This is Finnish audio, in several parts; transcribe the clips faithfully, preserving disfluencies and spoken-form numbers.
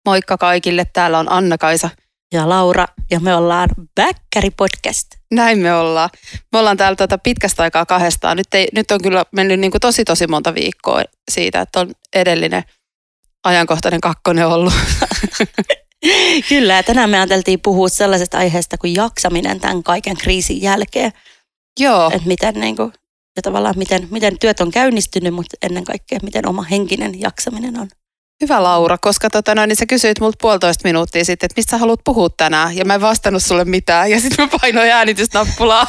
Moikka kaikille, täällä on Anna-Kaisa. Ja Laura, ja me ollaan Bäkkäri Podcast. Näin me ollaan. Me ollaan täällä tuota pitkästä aikaa kahdestaan. Nyt, ei, nyt on kyllä mennyt niin kuin tosi tosi monta viikkoa siitä, että on edellinen ajankohtainen kakkonen ollut. Kyllä, ja tänään me ajateltiin puhua sellaisesta aiheesta kuin jaksaminen tämän kaiken kriisin jälkeen. Joo. Että miten, niin kuin, ja tavallaan miten, miten työt on käynnistynyt, mutta ennen kaikkea miten oma henkinen jaksaminen on. Hyvä Laura, koska tota noin, niin sä kysyit multa puolitoista minuuttia sitten, että mistä sä haluat puhua tänään. Ja mä en vastannut sulle mitään. Ja sitten mä painoin äänitysnappulaa.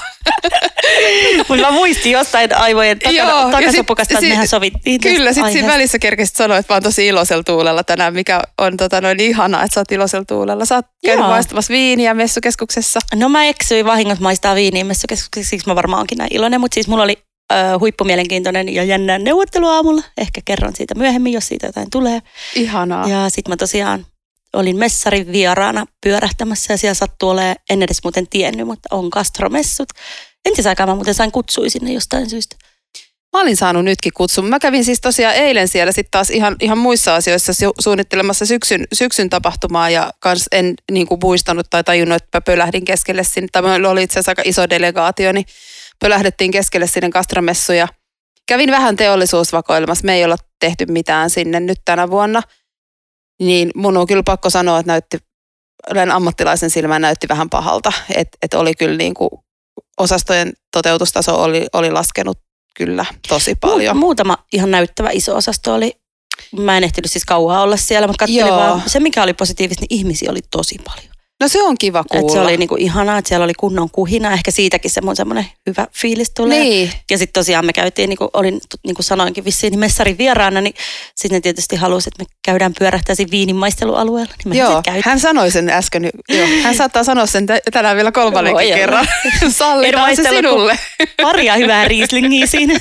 Mutta mä muistin jostain aivojen takana, takasopukasta, että mehän sovittiin. Kyllä, sitten siinä välissä kerkesit sanoa, että mä oon tosi iloisella tuulella tänään, mikä on tota noin ihanaa, että sä oot iloisella tuulella. Sä oot käynyt maistamassa viiniä messukeskuksessa. No mä eksyin vahingossa maistaa viiniä messukeskuksessa, siksi mä varmaan onkin näin iloinen. Mutta siis mulla oli Uh, huippumielenkiintoinen ja jännä neuvottelu aamulla. Ehkä kerron siitä myöhemmin, jos siitä jotain tulee. Ihanaa. Ja sitten mä tosiaan olin messarin vieraana pyörähtämässä ja siellä sattui olemaan, en edes muuten tiennyt, mutta on gastromessut. Entisaikaan mä muuten sain kutsui sinne jostain syystä. Mä olin saanut nytkin kutsun. Mä kävin siis tosiaan eilen siellä sitten taas ihan, ihan muissa asioissa su- suunnittelemassa syksyn, syksyn tapahtumaa ja kans en niin kuin muistanut tai tajunnut, että pölähdin keskelle sinne. Tämä oli itse asiassa aika iso delegaatio, niin pölähdettiin keskelle sinne gastromessuja. Kävin vähän teollisuusvakoilemassa. Me ei olla tehty mitään sinne nyt tänä vuonna. Niin mun on kyllä pakko sanoa, että näytti, olen ammattilaisen silmään näytti vähän pahalta. Että et oli kyllä niin kuin osastojen toteutustaso oli, oli laskenut kyllä tosi paljon. Muutama ihan näyttävä iso osasto oli. Mä en ehtinyt siis kauaa olla siellä, mutta katselin vaan. Se mikä oli positiivista, niin ihmisiä oli tosi paljon. No se on kiva kuulla. Et se oli niinku ihanaa, että siellä oli kunnon kuhina. Ehkä siitäkin se mun semmoinen hyvä fiilis tulee. Niin. Ja sitten tosiaan me käytiin, niin kuin olin, niin kuin sanoinkin vissiin, niin messarin vieraana, niin sitten ne tietysti halusi, että me käydään pyörähtäisiin viininmaistelualueella. Niin joo, hän sanoi sen äsken. Joo. Hän saattaa sanoa sen tänään vielä kolmannenkin no, kerran. Sallitaan se sinulle. Paria hyvää riislingiä siinä.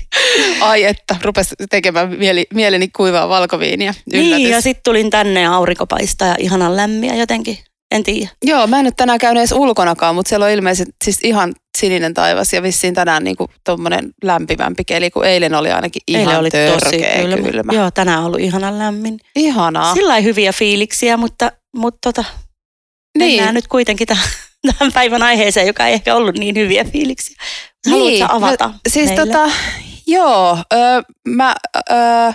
Ai että, rupesi tekemään mieli, mieleni kuivaa valkoviiniä. Yllätys. Niin, ja sitten tulin tänne ja aurinko paistaa ja ihanan lämmiä jotenkin. En tiedä. Joo, mä en nyt tänään käynyt edes ulkonakaan, mutta siellä on ilmeisesti siis ihan sininen taivas ja vissiin tänään niinku tommonen lämpimämpi keli, kun eilen oli ainakin ihan eilen oli törkeä tosi kylmä. kylmä. Joo, tänään on ollut ihanan lämmin. Ihanaa. Sillain hyviä fiiliksiä, mutta, mutta tota, niin. Mennään nyt kuitenkin tähän, tähän päivän aiheeseen, joka ei ehkä ollut niin hyviä fiiliksiä. Haluatko niin. avata no, siis meille? tota, joo, öö, mä... Öö,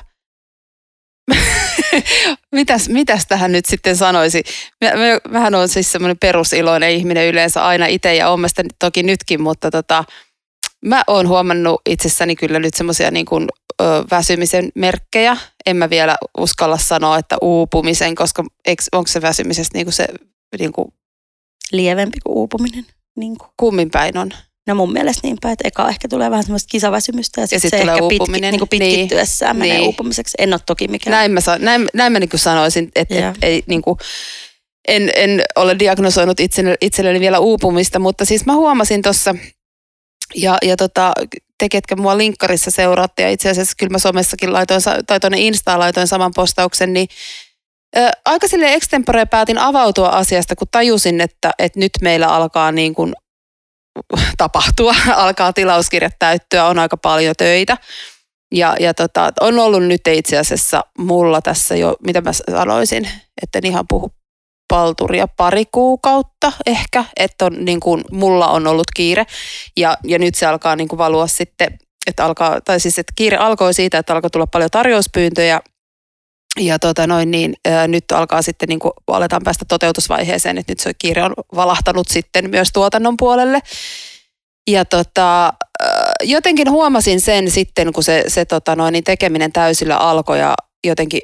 mitäs, mitäs tähän nyt sitten sanoisi? Mä, mä, mähän on siis semmoinen perusiloinen ihminen yleensä aina itse ja olen sitä toki nytkin, mutta tota, mä oon huomannut itsessäni kyllä nyt semmoisia niin kuin ö, väsymisen merkkejä. En mä vielä uskalla sanoa, että uupumisen, koska eikö, onko se väsymisestä niin kuin se niin kuin, lievempi kuin uupuminen? Niin kuin. Kummin päin on? No mun mielestä niin päin, että eka ehkä tulee vähän semmoista kisaväsymystä ja sitten sit se ehkä uupuminen. Pitki, niin kuin pitkittyessään niin. menee niin. uupumiseksi. En ole toki mikään. Näin mä, näin, näin mä niin kuin sanoisin, että et, ei, niin kuin, en, en ole diagnosoinut itselleni, itselleni vielä uupumista, mutta siis mä huomasin tuossa, ja, ja tota, te ketkä mua linkkarissa seuraatte, ja itse asiassa kyllä mä somessakin laitoin, tai tuonne Instaan laitoin saman postauksen, niin ä, aika silleen extempore päätin avautua asiasta, kun tajusin, että, että nyt meillä alkaa niin kuin tapahtua, alkaa tilauskirjat täyttyä, on aika paljon töitä. Ja, ja tota, on ollut nyt itse asiassa mulla tässä jo, mitä mä sanoisin, että en ihan puhu palturia pari kuukautta ehkä, että on, niin kuin, mulla on ollut kiire. Ja, ja nyt se alkaa niin kuin valua sitten, että alkaa, tai siis että kiire alkoi siitä, että alkoi tulla paljon tarjouspyyntöjä. Ja tota noin, niin, ää, nyt alkaa sitten, niin kuin aletaan päästä toteutusvaiheeseen, että nyt se kiire on valahtanut sitten myös tuotannon puolelle. Ja tota, ää, jotenkin huomasin sen sitten, kun se, se tota noin, niin tekeminen täysillä alkoi ja jotenkin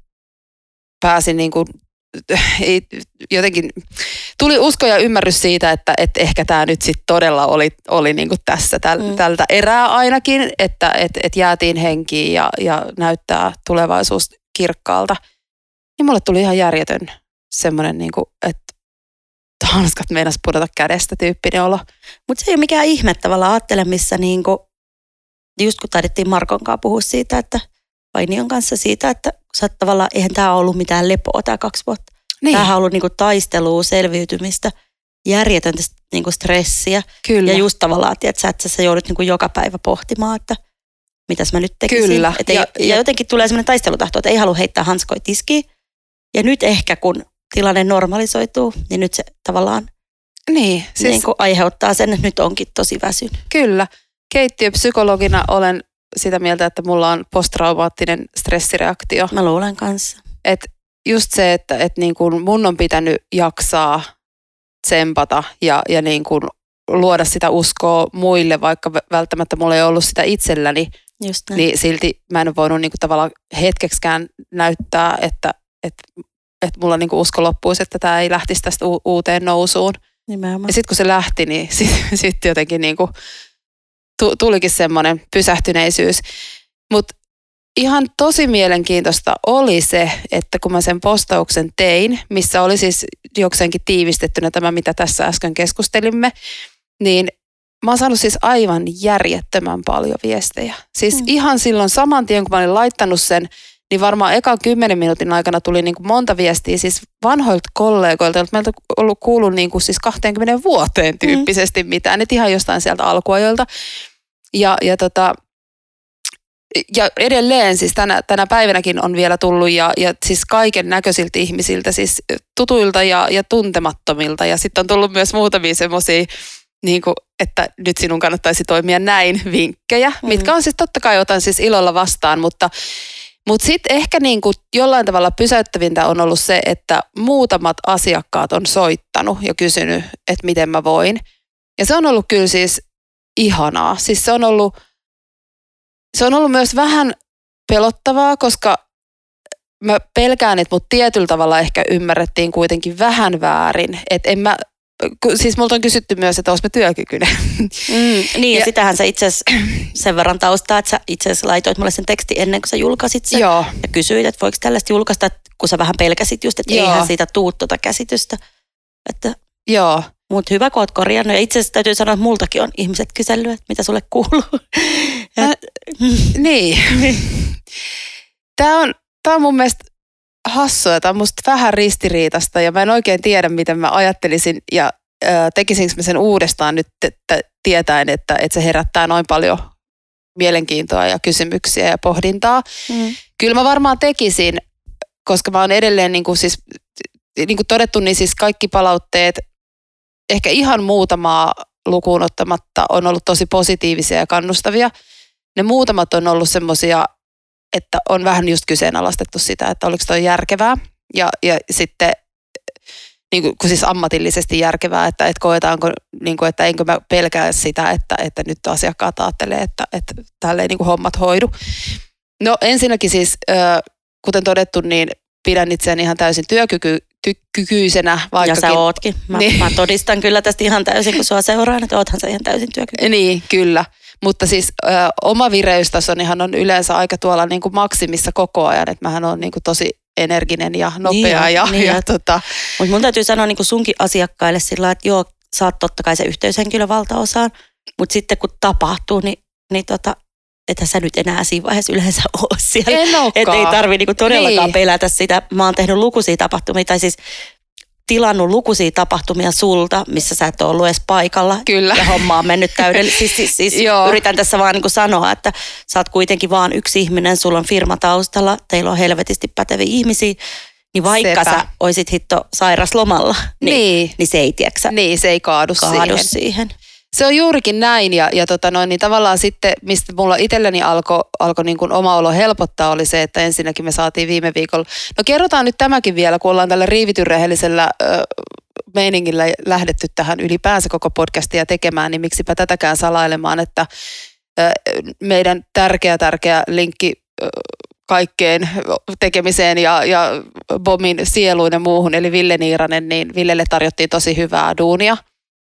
pääsin niin kuin, jotenkin, tuli usko ja ymmärrys siitä, että, että ehkä tämä nyt sitten todella oli, oli niin kuin tässä täl, mm. tältä erää ainakin, että et, et jäätiin henkiin ja, ja näyttää tulevaisuus kirkkaalta, niin mulle tuli ihan järjetön semmoinen, niin kuin, että hanskat meinas pudota kädestä tyyppinen olo. Mutta se ei ole mikään ihme tavallaan ajattele, missä niin kuin, just kun taidettiin Markon kanssa puhua siitä, että Vainion kanssa siitä, että sä oot tavallaan, eihän tämä ollut mitään lepoa tämä kaksi vuotta. Niin. Tämähän on ollut niin kuin taistelua, selviytymistä, järjetöntä niin kuin stressiä. Kyllä. Ja just tavallaan, että sä, että sä joudut niin kuin joka päivä pohtimaan, että mitäs mä nyt tekisin. Kyllä. Et ei, ja, ja jotenkin tulee sellainen taistelutahto, että ei halua heittää hanskoja tiskiin. Ja nyt ehkä kun tilanne normalisoituu, niin nyt se tavallaan niin, siis, niin kuin aiheuttaa sen, että nyt onkin tosi väsynyt. Kyllä. Keittiöpsykologina olen sitä mieltä, että mulla on posttraumaattinen stressireaktio. Mä luulen kanssa. Et just se, että et niin kun mun on pitänyt jaksaa tsempata ja, ja niin kun luoda sitä uskoa muille, vaikka välttämättä mulla ei ollut sitä itselläni, niin silti mä en ole voinut niin kun tavallaan hetkeksikään näyttää, että et, et mulla niin kun usko loppuisi, että tämä ei lähtisi tästä u- uuteen nousuun. Nimenomaan. Ja sitten kun se lähti, niin sitten sit jotenkin niin kun tulikin semmoinen pysähtyneisyys. Mutta ihan tosi mielenkiintoista oli se, että kun mä sen postauksen tein, missä oli siis jokseenkin tiivistettynä tämä, mitä tässä äsken keskustelimme, niin mä oon saanut siis aivan järjettömän paljon viestejä. Siis mm. ihan silloin saman tien, kun mä olin laittanut sen, niin varmaan ekan kymmenen minuutin aikana tuli niin kuin monta viestiä siis vanhoilta kollegoilta, joilta meiltä on ollut kuullut niin kuin siis kaksikymmentä vuoteen tyyppisesti mm. mitään, et ihan jostain sieltä alkuajoilta. Ja, ja, tota, ja edelleen siis tänä, tänä päivänäkin on vielä tullut ja, ja siis kaiken näköisiltä ihmisiltä, siis tutuilta ja, ja tuntemattomilta. Ja sitten on tullut myös muutamia semmoisia, niin kuin, että nyt sinun kannattaisi toimia näin vinkkejä, mm-hmm. mitkä on siis totta kai otan siis ilolla vastaan, mutta, mutta sitten ehkä niin kuin jollain tavalla pysäyttävintä on ollut se, että muutamat asiakkaat on soittanut ja kysynyt, että miten mä voin. Ja se on ollut kyllä siis ihanaa. Siis se on ollut, se on ollut myös vähän pelottavaa, koska mä pelkään, että mut tietyllä tavalla ehkä ymmärrettiin kuitenkin vähän väärin. Että en mä, siis multa on kysytty myös, että olis mä työkykyinen. Mm, niin ja, ja sitähän sä itse asiassa sen verran taustaa, että sä itse asiassa laitoit mulle sen tekstin ennen kuin sä julkaisit sen. Joo. Ja kysyit, että voiko tällaista julkaista, kun sä vähän pelkäsit just, että Joo. eihän siitä tuu tuota käsitystä. Että Joo. Mutta hyvä, kun oot korjannut. Ja itse asiassa täytyy sanoa, että multakin on ihmiset kysellyt, että mitä sulle kuuluu. Ja... Ä, niin. Tämä on, tämä on mun mielestä hassua. Tämä on musta vähän ristiriitasta ja mä en oikein tiedä, miten mä ajattelisin ja äh, tekisinkö mä sen uudestaan nyt että, tietäen, että, että se herättää noin paljon mielenkiintoa ja kysymyksiä ja pohdintaa. Mm. Kyllä mä varmaan tekisin, koska mä oon edelleen niin kuin siis, niin kuin todettu, niin siis kaikki palautteet ehkä ihan muutamaa lukuun ottamatta on ollut tosi positiivisia ja kannustavia. Ne muutamat on ollut semmoisia, että on vähän just kyseenalaistettu sitä, että oliko toi järkevää. Ja, ja sitten niin kuin, siis ammatillisesti järkevää, että, että koetaanko, niin kuin, että enkö mä pelkää sitä, että, että nyt asiakkaat ajattelee, että, että täällä ei niin kuin hommat hoidu. No ensinnäkin siis, kuten todettu, niin pidän itseäni ihan täysin työkyky kykyisenä. Vaikkakin. Ja sä ootkin. Mä, niin. mä todistan kyllä tästä ihan täysin, kun sua seuraan, että oothan sä ihan täysin työkykyinen. Niin, kyllä. Mutta siis ö, oma vireystasonihan on yleensä aika tuolla niin kuin maksimissa koko ajan, että mähän on niin kuin tosi energinen ja nopea. Niin, ja, niin, ja, ja, tota... Mutta mun täytyy sanoa niin kuin sunkin asiakkaille sillä, että joo, sä oot totta kai se yhteyshenkilö valtaosaan, mutta sitten kun tapahtuu, niin, niin tota, että sä nyt enää siinä vaiheessa yleensä ole siellä. En olekaan. Että ei tarvitse niinku todellakaan niin. pelätä sitä. Mä oon tehnyt lukuisia tapahtumia, tai siis tilannut lukuisia tapahtumia sulta, missä sä et ole ollut edes paikalla. Kyllä. Ja homma on mennyt täydellisesti. Siis, siis, siis yritän tässä vaan niinku sanoa, että sä oot kuitenkin vaan yksi ihminen, sulla on firma taustalla, teillä on helvetisti päteviä ihmisiä, niin vaikka Sepä. sä oisit hitto sairaslomalla, niin, niin. niin se ei, tiedäksä, niin, se ei kaadu, kaadu siihen. siihen. Se on juurikin näin ja, ja tota noin, niin tavallaan sitten, mistä mulla itselläni alkoi alko niin kuin oma olo helpottaa, oli se, että ensinnäkin me saatiin viime viikolla. No kerrotaan nyt tämäkin vielä, kun ollaan tällä riivityn rehellisellä ö, meiningillä lähdetty tähän ylipäänsä koko podcastia tekemään, niin miksipä tätäkään salailemaan, että ö, meidän tärkeä, tärkeä linkki ö, kaikkeen tekemiseen ja, ja Bomin sieluun ja muuhun, eli Ville Niiranen, niin Villelle tarjottiin tosi hyvää duunia.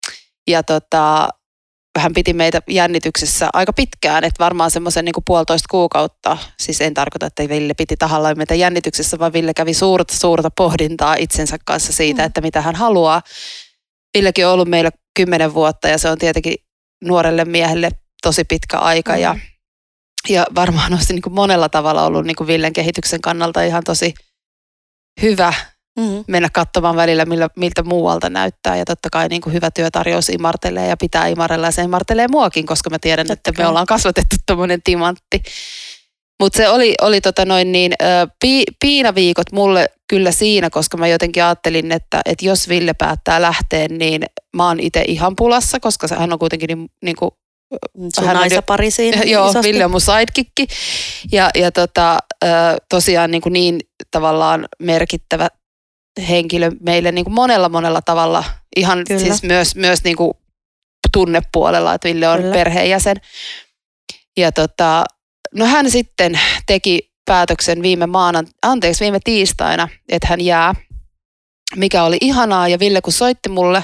Ja tota, hän piti meitä jännityksessä aika pitkään, että varmaan semmoisen niin kuin puolitoista kuukautta, siis en tarkoita, että Ville piti tahallaan meitä jännityksessä, vaan Ville kävi suurta, suurta pohdintaa itsensä kanssa siitä, mm. että mitä hän haluaa. Villekin on ollut meillä kymmenen vuotta ja se on tietenkin nuorelle miehelle tosi pitkä aika mm. ja, ja varmaan on se niin kuin monella tavalla ollut niin kuin Villen kehityksen kannalta ihan tosi hyvä Mm-hmm. mennä katsomaan välillä, millä, miltä muualta näyttää. Ja totta kai niin kuin hyvä työtarjous imartelee ja pitää imarella ja se imartelee muakin, koska mä tiedän, totta että kai. Me ollaan kasvatettu tommonen timantti. Mutta se oli, oli tota noin niin, pi, piinaviikot mulle kyllä siinä, koska mä jotenkin ajattelin, että, että jos Ville päättää lähteä, niin mä oon itse ihan pulassa, koska hän on kuitenkin niin, niin kuin sun naisapari siinä. Joo, isosti. Ville on mun sidekikki. Ja, ja tota, tosiaan niin, kuin niin tavallaan merkittävä henkilö meille niin kuin monella monella tavalla. Ihan Kyllä. siis myös, myös niin kuin tunnepuolella, että Ville on Kyllä. perheenjäsen. Ja tota, no hän sitten teki päätöksen viime maanan, anteeksi viime tiistaina, että hän jää, mikä oli ihanaa. Ja Ville kun soitti mulle,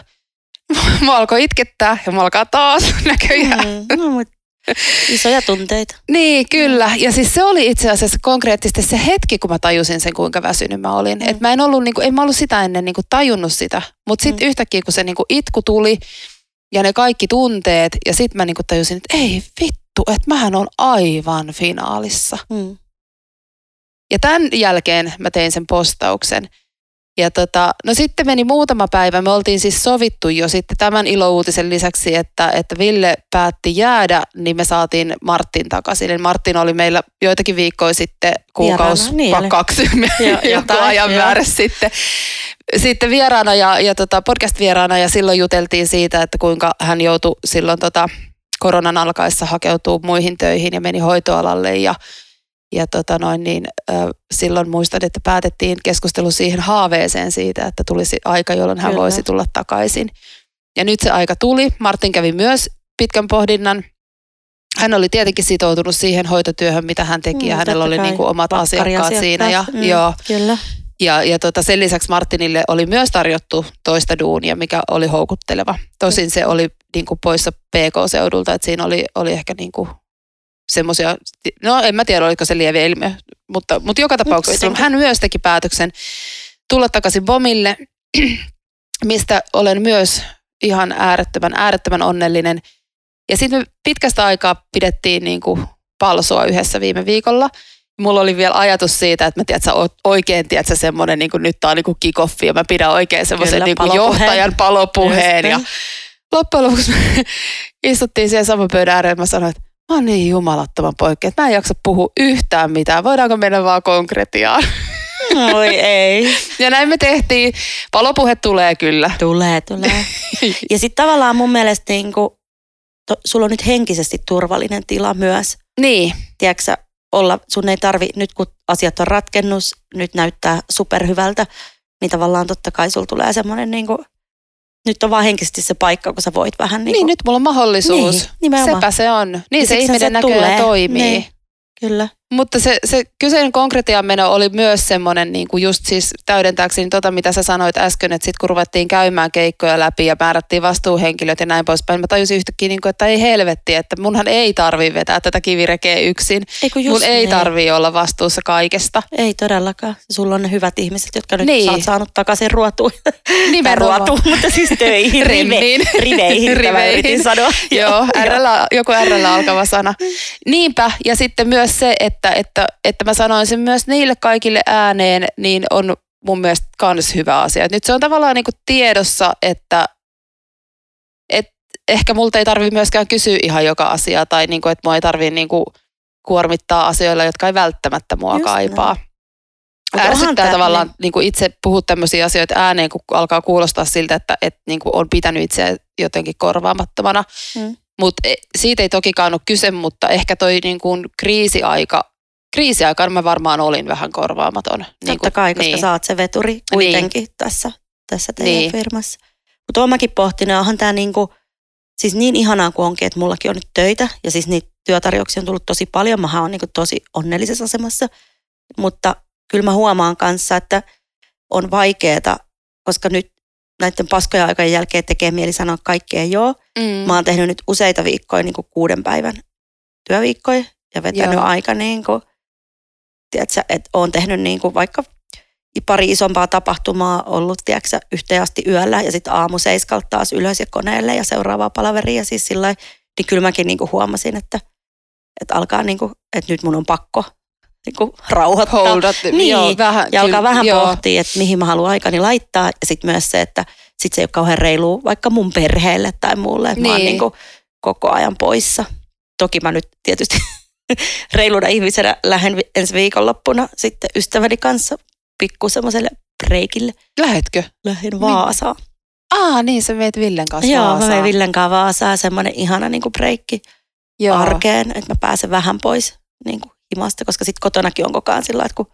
mä alkoi itkettää ja mä alkaa taas näköjään. Mm, no, mutta isoja tunteita. Niin, kyllä. Ja siis se oli itse asiassa konkreettisesti se hetki, kun mä tajusin sen, kuinka väsynyt mä olin. Mm. Että mä en ollut, niin kuin, en mä ollut sitä ennen niin kuin tajunnut sitä. Mutta sitten mm. yhtäkkiä, kun se niin kuin itku tuli ja ne kaikki tunteet, ja sitten mä niin kuin tajusin, että ei vittu, että mähän on aivan finaalissa. Mm. Ja tämän jälkeen mä tein sen postauksen. Ja tota, no sitten meni muutama päivä, me oltiin siis sovittu jo sitten tämän ilouutisen lisäksi, että, että Ville päätti jäädä, niin me saatiin Martin takaisin. Eli Martin oli meillä joitakin viikkoja sitten, kuukausi, niin, kaksi, joku ajan määrä sitten, sitten vieraana ja, ja tota podcast-vieraana ja silloin juteltiin siitä, että kuinka hän joutui silloin tota koronan alkaessa hakeutuu muihin töihin ja meni hoitoalalle ja Ja tota noin, niin, äh, silloin muistan, että päätettiin keskustelu siihen haaveeseen siitä, että tulisi aika, jolloin hän Kyllä. voisi tulla takaisin. Ja nyt se aika tuli. Martin kävi myös pitkän pohdinnan. Hän oli tietenkin sitoutunut siihen hoitotyöhön, mitä hän teki, mm, ja hänellä oli niin kuin omat asiakkaat siinä. Ja, mm, joo. Kyllä. ja, ja tota, sen lisäksi Martinille oli myös tarjottu toista duunia, mikä oli houkutteleva. Tosin se oli niin kuin poissa P K-seudulta, että siinä oli, oli ehkä niin kuin semmoisia, no en mä tiedä, oliko se lieviä ilmiö, mutta, mutta joka tapauksessa hän myös teki päätöksen tulla takaisin Bomille, mistä olen myös ihan äärettömän, äärettömän onnellinen. Ja sitten me pitkästä aikaa pidettiin niin kuin palsoa yhdessä viime viikolla. Mulla oli vielä ajatus siitä, että mä tiedät, sä oot oikein, tiedät sä semmoinen, niin kuin nyt tää on niin kuin kick-offi, ja mä pidän oikein semmoisen niin kuin johtajan palopuheen. Ja loppujen lopuksi istuttiin siellä saman pöydän ääreen, ja mä sanoin, että mä oon niin jumalattoman poikki, että mä en jaksa puhua yhtään mitään. Voidaanko mennä vaan konkretiaan? Oi ei. Ja näin me tehtiin. Palopuhe tulee kyllä. Tulee, tulee. Ja sitten tavallaan mun mielestä niin kun, to, sulla on nyt henkisesti turvallinen tila myös. Niin. Tiedätkö olla, sun ei tarvi, nyt kun asiat on ratkennut, nyt näyttää superhyvältä, niin tavallaan totta kai sulla tulee semmoinen niin kuin, nyt on vaan henkisesti se paikka, kun sä voit vähän niin kuin... Niin, nyt mulla on mahdollisuus. Niin, sepä se on. Niin ja se ihminen se näköjään tulee. Toimii. Niin, kyllä. Mutta se, se kyseinen konkretian meno oli myös semmoinen, niin kuin just siis täydentääkseni tota, mitä sä sanoit äsken, että sitten kun ruvettiin käymään keikkoja läpi ja määrättiin vastuuhenkilöt ja näin poispäin, mä tajusin yhtäkkiä, niin kuin, että ei helvetti, että munhan ei tarvii vetää tätä kivirekeä yksin. Mun ei niin. tarvii olla vastuussa kaikesta. Ei todellakaan. Sulla on ne hyvät ihmiset, jotka nyt niin. sä oot saanut takaisin ruotuun. Nimenomaan. ruotuun, mutta siis töihin. Rive, riveihin, tämä yritin sanoa. Joo, RL, joku R L alkava sana. Niinpä, ja sitten myös se, että Että, että, että mä sanoin sen myös niille kaikille ääneen, niin on mun mielestä kans hyvä asia. Et nyt se on tavallaan niinku tiedossa, että et ehkä multa ei tarvitse myöskään kysyä ihan joka asia, tai niinku, että mua ei tarvitse niinku kuormittaa asioilla, jotka ei välttämättä mua Just kaipaa. Näin. Ärsyttää tavallaan niinku itse puhua tämmöisiä asioita ääneen, kun alkaa kuulostaa siltä, että et niinku on pitänyt itseä jotenkin korvaamattomana. Hmm. Mutta siitä ei tokikaan ole kyse, mutta ehkä toi niin kuin kriisiaika, kriisiaikaan mä varmaan olin vähän korvaamaton. Totta niin kuin, kai, koska niin. sä oot se veturi kuitenkin niin. tässä, tässä teidän niin. firmassa. Mutta oon mäkin pohtinut, onhan tää niinku, siis niin ihanaa kuin onkin, että mullakin on nyt töitä ja siis niitä työtarjouksia on tullut tosi paljon. Mähän on niinku tosi onnellisessa asemassa, mutta kyllä mä huomaan kanssa, että on vaikeeta, koska nyt näiden paskojen aikojen jälkeen tekee mieli sanoa kaikkea joo. Mm. Mä oon tehnyt nyt useita viikkoja, niin kuin kuuden päivän työviikkoja ja vetänyt joo. aika niin kuin, tiedätkö, että oon tehnyt niin kuin vaikka pari isompaa tapahtumaa ollut, tiedätkö, yhteen asti yöllä ja sitten aamu seiskalta taas ylös ja koneelle ja seuraavaa palaveria. Siis sillai, niin kyllä mäkin niin kuin huomasin, että, että alkaa niin kuin, että nyt mun on pakko niin kuin rauhoittaa. Holdat, niin, joo, vähän, ja alkaa kyllä, vähän joo. pohtia, että mihin mä haluan aikani laittaa. Ja sitten myös se, että sit se ei ole kauhean reilua vaikka mun perheelle tai muulle, että niin. mä oon niin kuin koko ajan poissa. Toki mä nyt tietysti reiluna ihmisenä lähden ensi viikonloppuna sitten ystäväni kanssa pikku semmoiselle breikille. Lähetkö? Lähdin Vaasaan. Ah, niin sä veit Villen kanssa Joo, Vaasaan. mä vein Villen kanssa Vaasaan. Semmoinen ihana niin kuin breikki Joo. arkeen, että mä pääsen vähän pois niin kuin himasta, koska sitten kotonakin on koko ajan sillä, että kun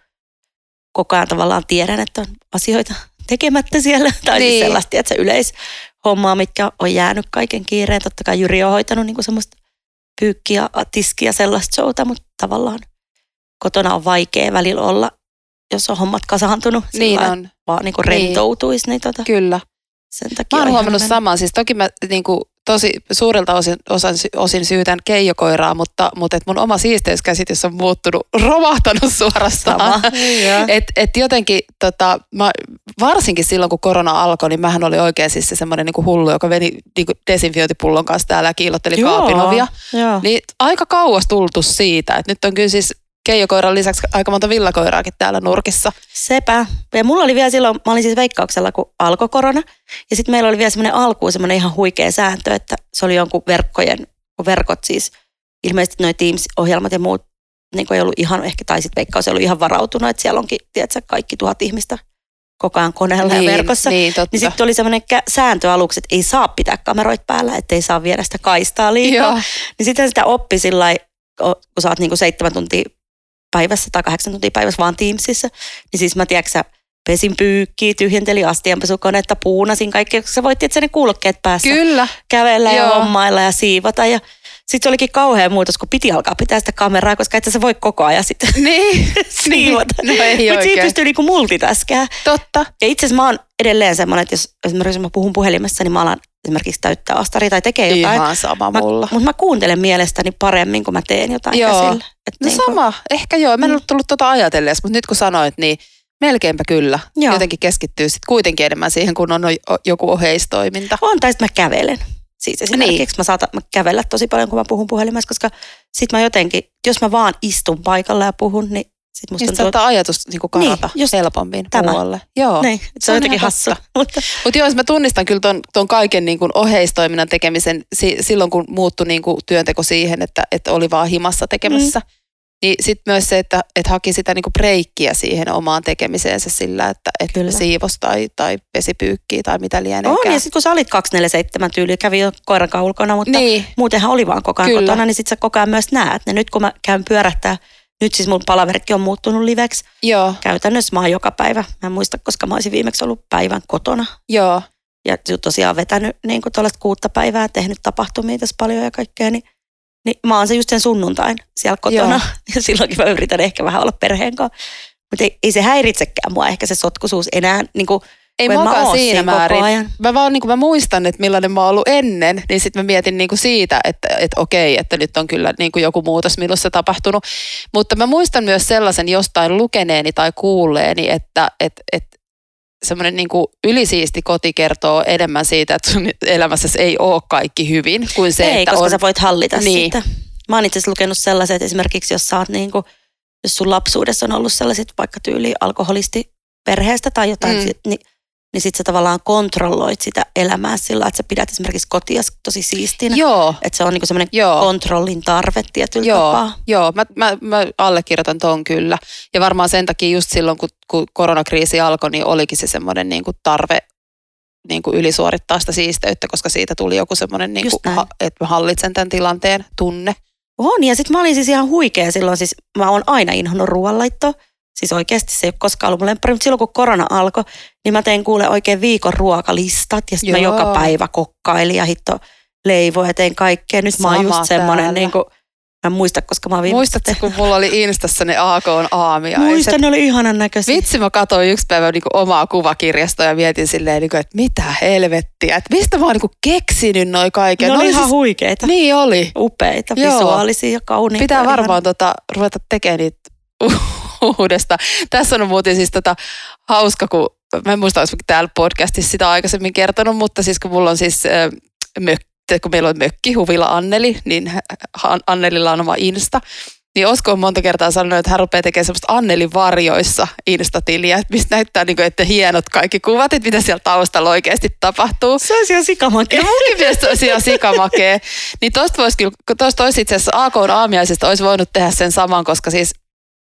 koko ajan tavallaan tiedän, että on asioita tekemättä siellä. Tai niin. siis sellaista, että se yleishommaa, mitkä on jäänyt kaiken kiireen. Totta kai Jyri on hoitanut niin kuin semmoista pyykkiä, tiskiä, sellaista showta, mutta tavallaan kotona on vaikea välillä olla, jos on hommat kasaantunut. Niin sillä, on. Vaan niin kuin rentoutuisi. Niin tota, Kyllä. sen takia mä oon huomannut samaa. Siis toki mä niin kuin, tosi suurelta osin, osin, osin syytän keijokoiraa, mutta, mutta et mun oma siisteyskäsitys on muuttunut, romahtanut suorastaan. Että et jotenkin, tota, mä, varsinkin silloin kun korona alkoi, niin mähän oli oikein siis se semmoinen niin kuin hullu, joka veni niin kuin desinfiointipullon kanssa täällä ja kiillotteli Joo, kaapinovia. Jo. Niin aika kauas tultu siitä, että nyt on kyllä siis keijokoiran lisäksi aika monta villakoiraakin täällä nurkissa. Sepä. Ja mulla oli vielä silloin, mä olin siis Veikkauksella, kun alkoi korona. Ja sitten meillä oli vielä semmoinen alkuun semmoinen ihan huikea sääntö, että se oli jonkun verkkojen, verkot siis, ilmeisesti noi Teams-ohjelmat ja muut, niin kuin ei ollut ihan ehkä, tai sitten Veikkaus ei ollut ihan varautunut, että siellä onkin, tiedätkö, kaikki tuhat ihmistä koko ajan koneella niin, ja verkossa. Niin, niin sitten oli semmoinen sääntö aluksi, että ei saa pitää kameroita päällä, ettei saa viedä sitä kaistaa liikaa. Joo. Niin sitten sitä oppi sillä lailla, kun sä oot niinku seitsemän tuntia päivässä tai kahdeksan tuntia päivässä vaan Teamsissa, niin siis mä tiedätkö, pesin pyykkiä, tyhjentelin astianpesukonetta, puunasin kaikkea, koska sä voit tietysti ne kuulokkeet päässä Kyllä. kävellä Joo. ja hommailla ja siivota. Ja sitten se olikin kauhea muutos, kun piti alkaa pitää sitä kameraa, koska et sä voi koko ajan sitten niin. siivota. No ei Mutta siitä pystyy niinku multitaskää. Totta. Ja itse asiassa mä oon edelleen semmoinen, että jos esimerkiksi mä puhun puhelimessa, niin mä alan esimerkiksi täyttää astaria tai tekee jotain. Ihan sama mulla. Mutta mä kuuntelen mielestäni paremmin, kun mä teen jotain joo. käsillä. Et no niin sama. Kun... Ehkä joo. Mä en ollut tullut tuota ajatelleessa, mutta nyt kun sanoit, niin melkeinpä kyllä. Joo. Jotenkin keskittyy sitten kuitenkin enemmän siihen, kun on joku oheistoiminta. On, tai sitten mä kävelen. Siis esimerkiksi niin. mä saatan mä kävellä tosi paljon, kun mä puhun puhelimessa, koska sit mä jotenkin, jos mä vaan istun paikalla ja puhun, niin sit musta niin tuntuu... saattaa ajatus niin kuin karata niin, helpommin tämä. muualle. Joo. Niin, se, se on jotenkin hassu. Mutta Mut joo, mä tunnistan kyllä ton, ton kaiken niin kuin oheistoiminnan tekemisen si, silloin, kun muuttui niin kuin työnteko siihen, että, että oli vaan himassa tekemässä. Mm. Niin sitten myös se, että, että haki sitä niinku breikkiä siihen omaan tekemiseensä sillä, että, että siivos tai, tai pesipyykkiä tai mitä lieneekään. On, ja sitten kun sä olit kaksisataaneljäkymmentäseitsemän tyyliä, kävi jo koiran kanssa ulkona, mutta niin. muutenhan oli vaan koko ajan Kyllä. kotona, niin sitten sä koko ajan myös näet. Ja nyt kun mä käyn pyörähtää, nyt siis mun palaverikki on muuttunut liveksi. Joo. Käytännössä mä oon joka päivä. Mä en muista, koska mä olisin viimeksi ollut päivän kotona. Joo. Ja tosiaan vetänyt niin kuin tuollaista kuutta päivää, tehnyt tapahtumia tässä paljon ja kaikkea, niin Niin mä oon se just sen sunnuntain siellä kotona. Joo. Ja silloinkin mä yritän ehkä vähän olla perheen kanssa. Mutta ei, ei se häiritsekään mua ehkä se sotkuisuus enää. Niin kuin, ei mukaan siinä määrin. Mä vaan niin kuin mä muistan, että millainen mä oon ollut ennen. Niin sitten mä mietin niin kuin siitä, että, että okei, että nyt on kyllä niin kuin joku muutos minussa tapahtunut. Mutta mä muistan myös sellaisen jostain lukeneeni tai kuulleeni, että että että semmoinen niin kuin ylisiisti koti kertoo enemmän siitä, että sun elämässäsi ei ole kaikki hyvin kuin se, ei, että koska on... sä voit hallita niin. sitä. Mä oon itse asiassa lukenut sellaiset, että esimerkiksi jos sä oot niin kuin, jos sun lapsuudessa on ollut sellaiset vaikka tyyli alkoholisti perheestä tai jotain, mm. niin, niin sit sä tavallaan kontrolloit sitä elämää sillä, että sä pidät esimerkiksi kotia tosi siistinä. Joo. Että se on niin semmoinen kontrollin tarve tietyllä Joo. tapaa. Joo, mä, mä, mä allekirjoitan ton kyllä. Ja varmaan sen takia just silloin, kun, kun koronakriisi alkoi, niin olikin se semmoinen niin kuin tarve niin kuin ylisuorittaa sitä siisteyttä, koska siitä tuli joku semmoinen, niin kuin, ha, että mä hallitsen tämän tilanteen tunne. On, ja sitten mä olin siis ihan huikea silloin, siis mä oon aina inhonnut ruoanlaittoa. Siis oikeasti se ei ole koskaan ollut mun lemppari, mutta silloin kun korona alkoi, niin mä tein kuule oikein viikon ruokalistat ja sitten mä joka päivä kokkailin ja hitto leivoin ja tein kaikkea. Nyt Sama mä oon just semmoinen, niin kuin, mä en muista, koska mä oon viimeksi. Muistatko, kun mulla oli Instassa ne A K:n aamiaiset? Muistan, ne oli ihanan näköisiä. Vitsi, mä katsoin yksi päivä niin kuin omaa kuvakirjastoa ja mietin silleen, niin kuin, että mitä helvettiä, että mistä mä oon niin kuin keksinyt noi kaiken. Ne oli oli ihan siis... huikeita. Niin oli. Upeita, Joo. visuaalisia ja kauniita. Pitää varmaan ihan... tota, ruveta tekemään niitä uudestaan. Tässä on muuten siis tota hauska, kun mä en muista, olisi täällä podcastissa sitä aikaisemmin kertonut, mutta siis kun mulla on siis äh, mökki, kun meillä on mökki, Huvila Anneli, niin Annelilla on oma Insta, niin Osko on monta kertaa sanonut, että hän rupeaa tekemään semmoista Annelin varjoissa Insta-tiliä, mistä näyttää, niin kuin, että hienot kaikki kuvat, että mitä siellä taustalla oikeasti tapahtuu. Se olisi ihan sikamakea. Ja munkin mielestä olisi ihan sikamakea. Niin tosta voisi kyllä, tosta olisi itse asiassa A K:n aamiaisesta olisi voinut tehdä sen saman, koska siis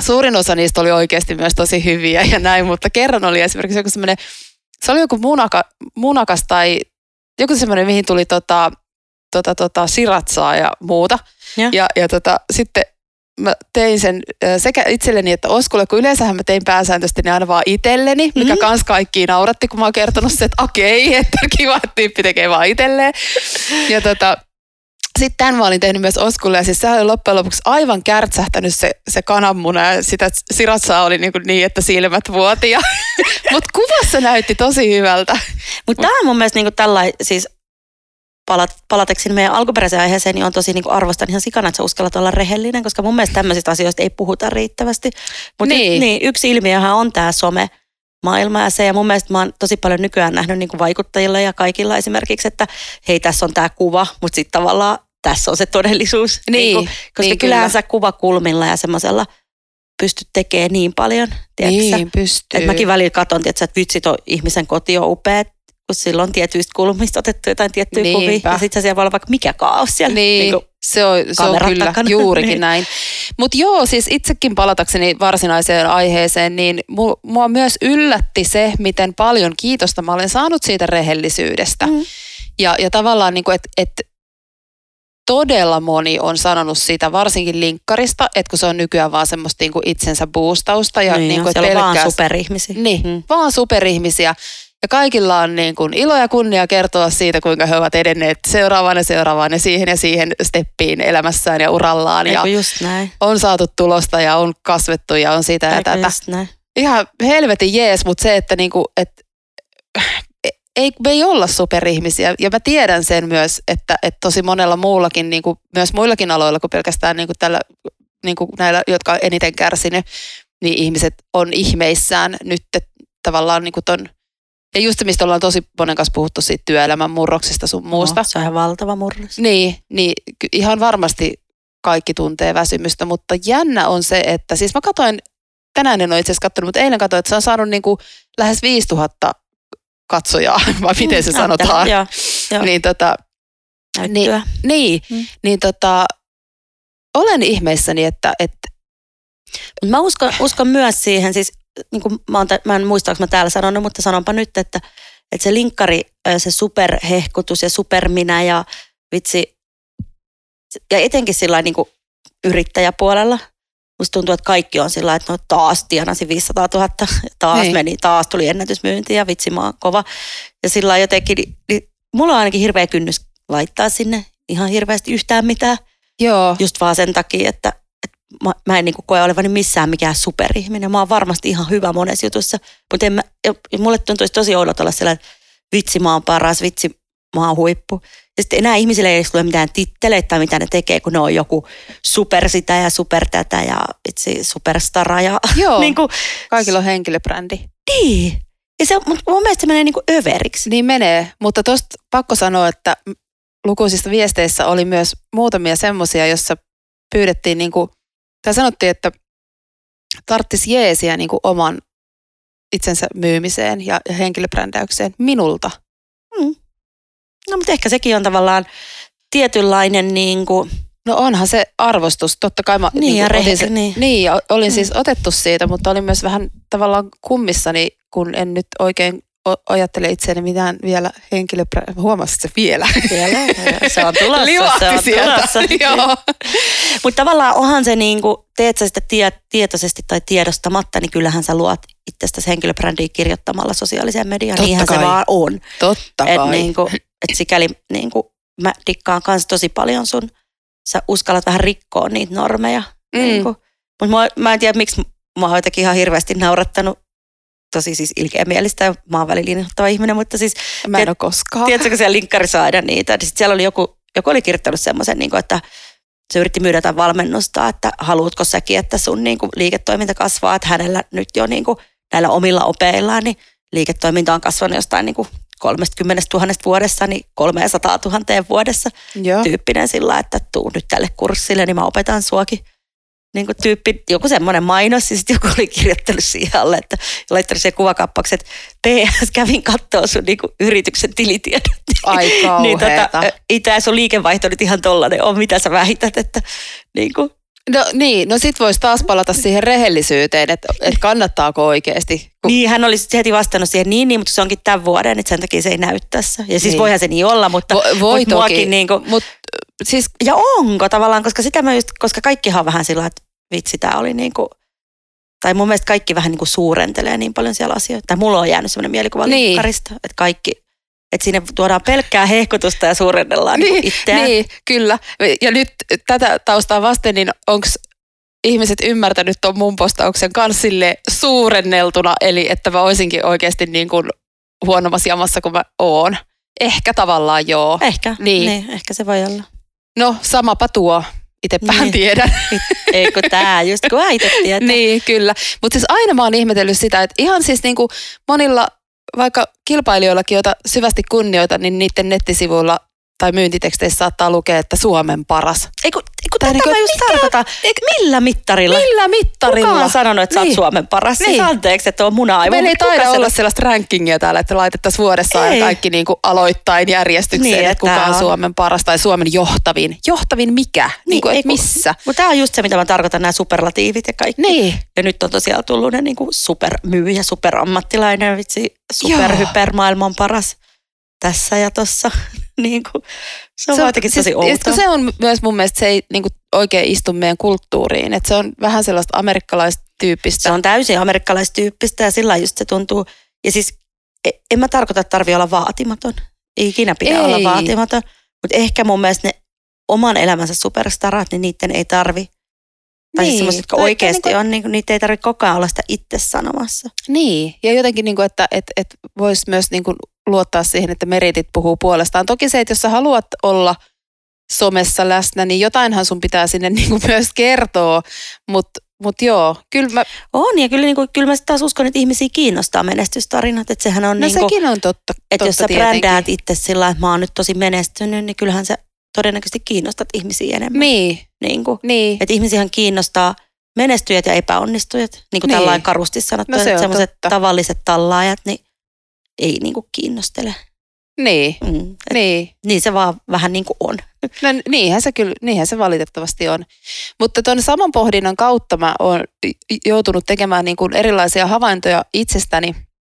suurin osa niistä oli oikeasti myös tosi hyviä ja näin, mutta kerran oli esimerkiksi joku semmoinen, se oli joku munaka, munakas tai joku semmoinen, mihin tuli tota, tota, tota, siratsaa ja muuta. Ja, ja, ja tota, sitten mä tein sen sekä itselleni että Oskulle, kun yleensähän mä tein pääsääntöisesti ne aina vaan itselleni, mikä mm. kans kaikkiin nauratti, kun mä oon kertonut se, että okei, että kiva, että tyyppi tekee vaan itselleen. Ja tota, sitten tämän mä olin tehnyt myös Oskulle, ja siis sehän oli loppujen lopuksi aivan kärtsähtänyt se, se kananmuna, ja sitä siratsaa oli niin, niin että silmät vuoti. Mutta kuvassa näytti tosi hyvältä. Mutta tämä on mun mielestä niin tällainen, siis palat, palateksi meidän alkuperäiseen aiheeseen, niin on tosi niin arvostan ihan sikana, että sä uskallat olla rehellinen, koska mun mielestä tämmöisistä asioista ei puhuta riittävästi. Mutta niin. niin, yksi ilmiöhän on tämä some. Maailma ja se, ja mun mielestä mä oon tosi paljon nykyään nähnyt niin kuin vaikuttajilla ja kaikilla esimerkiksi, että hei, tässä on tämä kuva, mutta sitten tavallaan tässä on se todellisuus. Niin, niin kuin, koska niin, kyllähän sä kuvakulmilla ja semmoisella pystyt tekemään niin paljon. Tiedätkö niin, pystyy. Että mäkin välillä katson, tiedätkö, että vitsit on ihmisen koti on upea, kun silloin tietyistä kulmista otettu jotain tiettyjä Niinpä. kuvia. Ja sitten siellä voi olla vaikka mikä kaos siellä. Niin, niin se on, se on kyllä takana. Juurikin niin. näin. Mutta joo, siis itsekin palatakseni varsinaiseen aiheeseen, niin mua myös yllätti se, miten paljon kiitosta mä olen saanut siitä rehellisyydestä. Mm. Ja, ja tavallaan, niin että et todella moni on sanonut sitä, varsinkin linkkarista, että kun se on nykyään vaan semmoista niin kuin itsensä boostausta. Ja niin, niin kuin, siellä on vaan superihmisiä. Niin, mm. vaan superihmisiä. Ja kaikilla on niin kuin ilo ja kunnia kertoa siitä, kuinka he ovat edenneet seuraavaan ja seuraavaan ja siihen ja siihen steppiin elämässään ja urallaan. Eikö ja just näin? On saatu tulosta ja on kasvettu ja on sitä ja Eikö tätä. Just näin? Ihan helvetin jees, mutta se, että niinku, et, ei, me ei olla superihmisiä. Ja mä tiedän sen myös, että, että tosi monella muullakin, niinku, myös muillakin aloilla kuin pelkästään niinku tällä, niinku näillä, jotka on eniten kärsinyt, niin ihmiset on ihmeissään nyt tavallaan niinku ton. Ja just se, mistä ollaan tosi monen kanssa puhuttu siitä työelämän murroksista sun muusta. No, se on ihan valtava murros. Niin, niin ihan varmasti kaikki tuntee väsymystä, mutta jännä on se, että siis mä katsoin, tänään en ole itse asiassa katsonut, mutta eilen katsoin, että se on saanut niin kuin lähes viisituhatta katsojaa, vai miten se mm, sanotaan. Joo, joo. Niin tota, niin, niin, mm. niin tota, olen ihmeissäni, että... että mä uskon, uskon myös siihen, siis niin kuin mä, oon, mä en muista, onko mä täällä sanonut, mutta sanonpa nyt, että, että se linkkari, se superhehkutus ja superminä ja vitsi, ja etenkin sillä niin kuin yrittäjäpuolella, musta tuntuu, että kaikki on sillä että no taas tienasi viisisataatuhatta, taas Hei. meni, taas tuli ennätysmyynti ja vitsi mä oon kova. Ja sillä jotenkin, niin, niin, mulla on ainakin hirveä kynnys laittaa sinne ihan hirveästi yhtään mitään. Joo. Just vaan sen takia, että Mä, mä en niin koe olevani missään mikään superihminen. Mä oon varmasti ihan hyvä monessa jutussa. Mutta en mä, mulle tuntuisi tosi oudot olla sellainen, että vitsi mä oon paras, vitsi mä oon huippu. Ja sitten enää ihmisille ei tule mitään titteleitä tai mitä ne tekee, kun ne on joku super sitä ja super tätä ja vitsi superstara. Ja, Joo, niin kuin, kaikilla on henkilöbrändi. Niin. Ja se, mun mielestä se menee niin kuin överiksi. Niin menee, mutta tosta pakko sanoa, että lukuisissa viesteissä oli myös muutamia semmoisia, jossa pyydettiin niin kuin tai sanottiin, että tarttisi jeesiä niin kuin oman itsensä myymiseen ja henkilöbrändäykseen minulta. Mm. No mutta ehkä sekin on tavallaan tietynlainen niin kuin... No onhan se arvostus. Totta kai mä niin, niin ja rehti, se, niin. niin, olin mm. siis otettu siitä, mutta olin myös vähän tavallaan kummissani, kun en nyt oikein ajattele itseäni mitään vielä henkilöbrändäykseen. Huomasit se vielä? Vielä, se on tulossa. Liuahti se on sieltä. Tulossa. Joo. Mutta tavallaan onhan se niin kuin, teet sä sitä tie, tietoisesti tai tiedostamatta, niin kyllähän sä luot itsestäsi henkilöbrändiä kirjoittamalla sosiaaliseen mediaan. Totta Niinhän kai. se vaan on. Totta et kai. Niin kuin, et sikäli niin kuin, mä dikkaan kanssa tosi paljon sun, sä uskallat vähän rikkoa niitä normeja. Mm. Niin kuin, mutta mä, mä en tiedä, miksi mä oon jotenkin ihan hirveästi naurattanut. Tosi siis ilkeämielistä ja mä oon välillä innoittava ihminen, mutta siis... Mä en ole koskaan. Tiedätkö, kun siellä linkkarissa aina niitä, niin sitten siellä oli joku, joku oli kirjoittanut semmoisen, niin että se yritti myydä jotain valmennusta, että haluatko säkin, että sun niin kuin, liiketoiminta kasvaa, että hänellä nyt jo niin kuin, näillä omilla opeillaan, niin liiketoiminta on kasvanut jostain niin kuin kolmekymmentätuhatta vuodessa, niin kolmesataatuhatta vuodessa. Joo. Tyyppinen sillä, että tuu nyt tälle kurssille, niin mä opetan suakin. Niin kuin tyyppi, joku semmoinen mainos, ja sitten joku oli kirjoittanut siihen alle, että laittanut siihen kuvakappaksi, että P S kävin kattoo sun niin kuin yrityksen tilitiedot. Ai kauheeta. Niin tota, ei tämä sun liikevaihto nyt ihan tollainen ole, mitä sä väität, että niin kuin. No niin, no sit voisi taas palata siihen rehellisyyteen, että et kannattaako oikeasti. Kun... Niin, hän olisi heti vastannut siihen, niin, niin, mutta se onkin tämän vuoden, että sen takia se ei näy tässä. Ja siis niin. Voihan se niin olla, mutta Vo, voi mutta toki, niin kuin, mut, siis... Ja onko tavallaan, koska sitä mä just, koska kaikkihan on vähän sillä, että vitsi, tää oli niin kuin, tai mun mielestä kaikki vähän niin kuin suurentelee niin paljon siellä asioita. Tai mulla on jäänyt sellainen mielikuva niin. Liikkarista, että kaikki... Että sinne tuodaan pelkkää hehkutusta ja suurennellaan niin, itseään. Niin, kyllä. Ja nyt tätä taustaa vasten, niin onko ihmiset ymmärtänyt tuon mun postauksen kanssa sille suurenneltuna, eli että mä olisinkin oikeasti niin kuin huonommassa jamassa kuin mä oon. Ehkä tavallaan joo. Ehkä, niin. niin ehkä se voi olla. No, samapa tuo. Itsepähän niin. Tiedän. Ei kun tää, just kun mä itse tiedän. Niin, kyllä. Mutta siis aina mä oon ihmetellyt sitä, että ihan siis niin kuin monilla... Vaikka kilpailijoillakin, joita syvästi kunnioitan, niin niiden nettisivuilla tai myyntiteksteissä saattaa lukea, että Suomen paras. Eiku, eiku tätä niin mä just tarkoitan. Millä mittarilla? Millä mittarilla? Kuka on sanonut, että niin. Sä oot Suomen paras? Niin. Siis anteeksi, että on muna-aivo. Meillä ei taida olla sanoo... sellaista rankingia täällä, että laitettaisiin vuodessa aina kaikki niin kuin aloittain järjestykseen, niin, että, että kuka on, on Suomen paras tai Suomen johtavin. Johtavin mikä? Niin, niin kuin, että missä? Mutta tämä on just se, mitä mä tarkoitan, nämä superlatiivit ja kaikki. Niin. Ja nyt on tosiaan tullut ne niin kuin supermyyjä, superammattilainen, vitsi, superhypermaailman paras. Tässä ja tossa. niin kuin, se on se, jotenkin tosi siis, outoa. Se on myös mun mielestä, se ei niin kuin oikein istu meidän kulttuuriin. Että se on vähän sellaista amerikkalaistyyppistä. Se on täysin amerikkalaistyyppistä ja sillä just se tuntuu. Ja siis en mä tarkoita, että tarvii olla vaatimaton. Ei ikinä pidä ei. olla vaatimaton. Mutta ehkä mun mielestä ne oman elämänsä superstarat, niin niiden ei tarvi. Tai niin. Siis sellaiset, jotka oikeasti niin on, niin niitä ei tarvitse koko ajan olla sitä itse sanomassa. Niin, ja jotenkin, niin kuin, että et, et voisi myös niin kuin luottaa siihen, että meritit puhuu puolestaan. Toki se, että jos sä haluat olla somessa läsnä, niin jotainhan sun pitää sinne niin kuin myös kertoa, mutta mut joo, kyllä mä... On, ja kyllä, niin kuin, kyllä mä taas uskon, että ihmisiä kiinnostaa menestystarinat, että sehän on no niin kuin... No sekin on totta, Että totta jos sä tietenkin. brändäät itse sillä lailla, että mä oon nyt tosi menestynyt, niin kyllähän sä todennäköisesti kiinnostat ihmisiä enemmän. Niin. Niin kuin, niin. Että ihmisiähän kiinnostaa menestyjät ja epäonnistujat, niin kuin niin. Tällainen karusti sanottu, no se että sellaiset totta. tavalliset tallaajat, niin ei niin kuin kiinnostele. Niin, mm, niin. Niin se vaan vähän niin kuin on. No niinhän se kyllä, niinhän se valitettavasti on. Mutta tuon saman pohdinnan kautta mä oon joutunut tekemään niin kuin erilaisia havaintoja itsestäni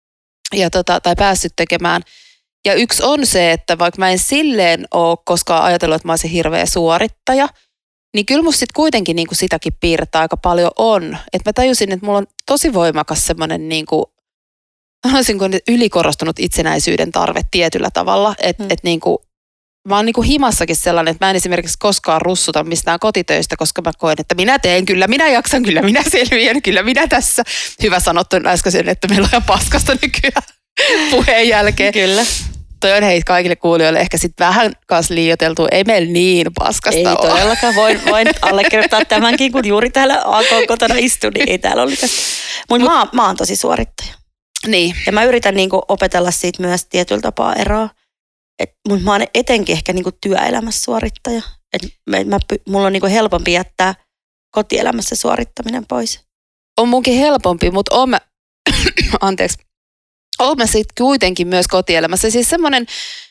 ja tota, tai päässyt tekemään. Ja yksi on se, että vaikka mä en silleen ole koskaan ajatellut, että mä olisin hirveä suorittaja, niin kyllä musta sitten kuitenkin niin kuin sitäkin piirtää aika paljon on. Että mä tajusin, että mulla on tosi voimakas semmoinen niin kuin sanoisinko ylikorostunut itsenäisyyden tarve tietyllä tavalla, että hmm. et niinku, mä oon niinku himassakin sellainen, että mä en esimerkiksi koskaan russuta mistään kotitöistä, koska mä koen, että minä teen, kyllä minä jaksan, kyllä minä selviän, kyllä minä tässä. Hyvä sanottu äsken, että meillä on ihan paskasta nykyään puheen jälkeen. Kyllä. Toi on hei kaikille kuulijoille ehkä sitten vähän kanssa liioiteltu, ei meillä niin paskasta ei ole. Ei todellakaan, voin, voin allekirjoittaa tämänkin, kun juuri täällä A K kotona istun, niin ei täällä ole likasta. Mutta mä, mä oon tosi suorittaja. Niin. Ja mä yritän niinku opetella siitä myös tietyllä tapaa eroa. Mutta mä oon etenkin ehkä niinku työelämässä suorittaja. Et mä, mä, mulla on niinku helpompi jättää kotielämässä suorittaminen pois. On munkin helpompi, mutta oon mä, anteeksi, oon mä sit kuitenkin myös kotielämässä. Siis semmoinen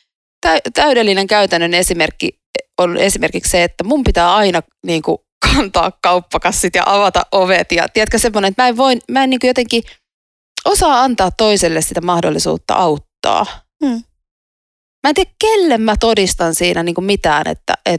täydellinen käytännön esimerkki on esimerkiksi se, että mun pitää aina niinku kantaa kauppakassit ja avata ovet. Ja tiedätkö semmoinen, että mä en, voi, mä en niinku jotenkin... osaa antaa toiselle sitä mahdollisuutta auttaa. Hmm. Mä en tiedä, kelle mä todistan siinä niin kuin mitään, että... Et...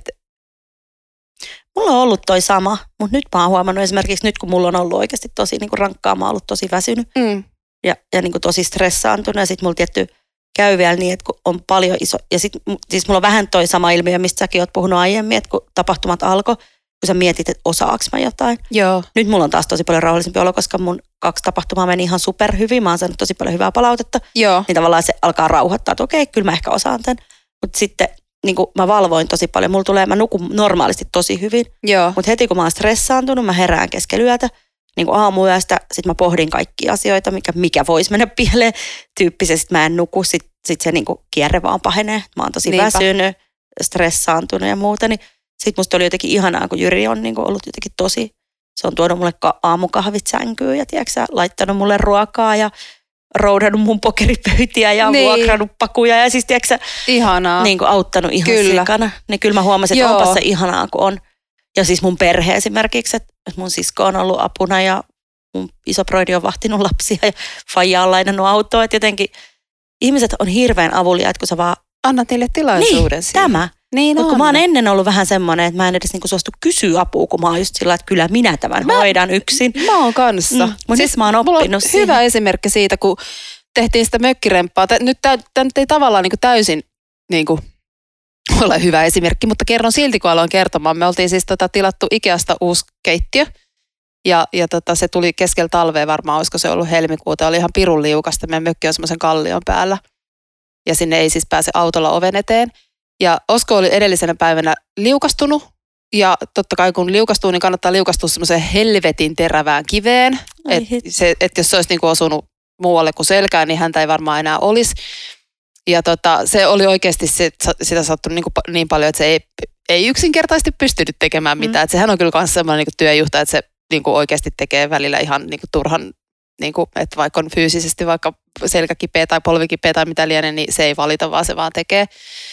Mulla on ollut toi sama, mutta nyt mä oon huomannut esimerkiksi nyt, kun mulla on ollut oikeasti tosi niin kuin rankkaa, mä oon ollut tosi väsynyt hmm. ja, ja niin kuin tosi stressaantunut. Ja sit mulla tietty käy vielä niin, että kun on paljon iso... Ja sit siis mulla on vähän toi sama ilmiö, mistä säkin oot puhunut aiemmin, että kun tapahtumat alkoi, kun sä mietit, että osaaks mä jotain. Joo. Nyt mulla on taas tosi paljon rauhallisempi olo, koska mun kaksi tapahtumaa meni ihan superhyvin. Mä oon saanut tosi paljon hyvää palautetta. Joo. Niin tavallaan se alkaa rauhoittaa, että okei, kyllä mä ehkä osaan tämän. Mutta sitten niin kun mä valvoin tosi paljon. Mulla tulee, mä nukun normaalisti tosi hyvin. Joo. Mutta heti kun mä oon stressaantunut, mä herään keskellä yötä. Niin kuin aamuyöstä, sit mä pohdin kaikkia asioita, mikä, mikä voisi mennä pieleen. Tyyppisesti mä en nuku, sit, sit se niin kuin kierre vaan pahenee. Mä oon tosi Niinpä. väsynyt, stressaantunut ja muuta, niin sitten musta oli jotenkin ihanaa, kun Jyri on niin kuin ollut jotenkin tosi, se on tuonut mulle aamukahvit sänkyyn ja tiiäksä, laittanut mulle ruokaa ja roudannut mun pokeripöytiä ja niin. vuokrannut pakuja ja siis tiiäksä, ihanaa. Niin kuin auttanut ihan kyllä. sikana. Niin kyllä mä huomasin, että onpa se ihanaa, kun on Ja siis mun perhe esimerkiksi, että mun sisko on ollut apuna ja mun isoproidi on vahtinut lapsia ja faija on lainannut autoa. Että jotenkin ihmiset on hirveän avuliaita, kun sä vaan... Annat niille tilaisuuden. Niin, tämä. Niin kun mä oon ennen ollut vähän semmoinen, että mä en edes niinku suostu kysyä apua, kun mä oon just sillä, että kyllä minä tämän mä, hoidan yksin. Mä oon kanssa. Mm, mutta siis mä oon oppinut siihen. Hyvä esimerkki siitä, kun tehtiin sitä mökkiremppaa. Nyt tämä ei tavallaan niinku täysin niinku ole hyvä esimerkki, mutta kerron silti, kun aloin kertomaan. Me oltiin siis tota, tilattu Ikeasta uusi keittiö. Ja, ja tota, se tuli keskellä talvea varmaan, olisiko se ollut helmikuuta. Oli ihan pirun liukasta. Meidän mökki on semmoisen kallion päällä. Ja sinne ei siis pääse autolla oven eteen. Ja Osko oli edellisenä päivänä liukastunut. Ja totta kai kun liukastuu, niin kannattaa liukastua semmoiseen helvetin terävään kiveen. Että et jos se olisi niinku osunut muualle kuin selkään, niin häntä ei varmaan enää olisi. Ja tota, se oli oikeasti se, sitä sattunut niin, kuin, niin paljon, että se ei, ei yksinkertaisesti pystynyt tekemään mitään. Mm. Että sehän on kyllä myös semmoinen niin kuin työjuhta, että se niin kuin oikeasti tekee välillä ihan niin kuin turhan, niin kuin, että vaikka on fyysisesti vaikka selkäkipeä tai polvikipeä tai mitä lienee, niin se ei valita, vaan se vaan tekee.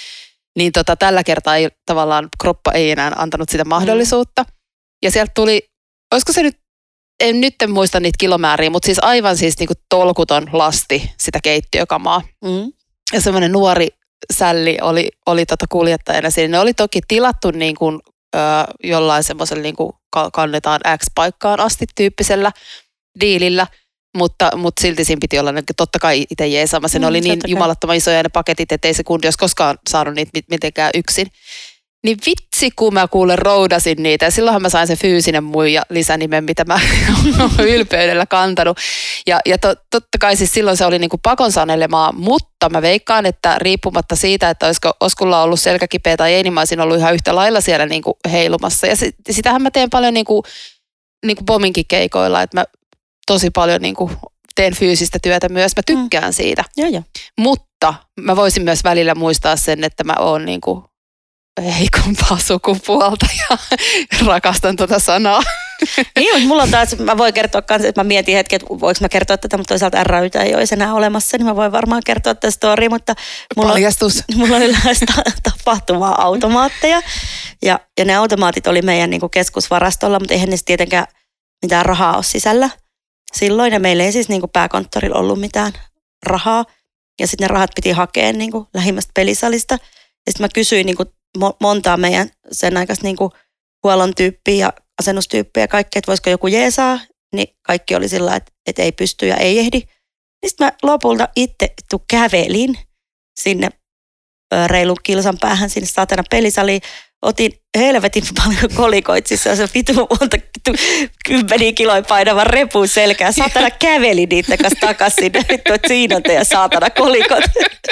Niin tota, tällä kertaa ei, tavallaan kroppa ei enää antanut sitä mahdollisuutta. Mm. Ja sieltä tuli, olisiko se nyt, en nyt en muista niitä kilomääriä, mutta siis aivan siis niin kuin tolkuton lasti sitä keittiökamaa. Mm. Ja semmoinen nuori sälli oli, oli tota kuljettajana siinä. Ne oli toki tilattu niin kuin, ö, jollain semmoisella niin kuin kannetaan X-paikkaan asti tyyppisellä diilillä, mutta, mutta silti siinä piti olla totta kai itse jeesaamassa. Ne mm, oli niin jumalattoman isoja ne paketit, ettei se kundi olisi koskaan saanut niitä mitenkään yksin. Niin vitsi, kun mä kuulen roudasin niitä. Ja silloinhan mä sain sen fyysinen muija lisänimen, mitä mä olen ylpeydellä kantanut. Ja, ja to, totta kai siis silloin se oli niinku pakon sanelemaa, mutta mä veikkaan, että riippumatta siitä, että olisiko Oskulla ollut selkäkipeä tai ei, niin mä olisin ollut ihan yhtä lailla siellä niinku heilumassa. Ja sit, sitähän mä teen paljon niinku, niinku pominkin keikoilla, että mä tosi paljon niinku teen fyysistä työtä myös. Mä tykkään mm. siitä. Ja, ja. Mutta mä voisin myös välillä muistaa sen, että mä oon niinku heikompaa sukupuolta ja rakastan tuota sanaa. Niin, mutta mulla on taas, mä voin kertoa kanssa, että mä mietin hetken, että voiko mä kertoa tätä, mutta toisaalta R Y ei olisi enää olemassa, niin mä voin varmaan kertoa tätä storia, mutta mulla, Paljastus. mulla oli lähes tapahtumaa automaatteja ja, ja ne automaatit oli meidän niin kuin keskusvarastolla, mutta eihän niistä tietenkään mitään rahaa ole sisällä silloin ja meillä ei siis niin kuin pääkonttorilla ollut mitään rahaa ja sitten ne rahat piti hakea niin kuin lähimmästä pelisalista ja sitten mä kysyin niin kuin montaa meidän sen aikaista niin kuin huollon tyyppiä ja asennustyyppiä ja kaikkea, että voisiko joku jeesaa, niin kaikki oli sillä, että, että ei pysty ja ei ehdi. Sitten mä lopulta itse kävelin sinne reilun kilsan päähän sinne saatana pelisaliin. Otin helvetin paljon kolikoit, siis se on se vitu monta kymmeniä kiloja painavan repun selkää. Saatana käveli niiden kanssa takaisin sinne, vittu, että siinä on teidän saatana kolikot.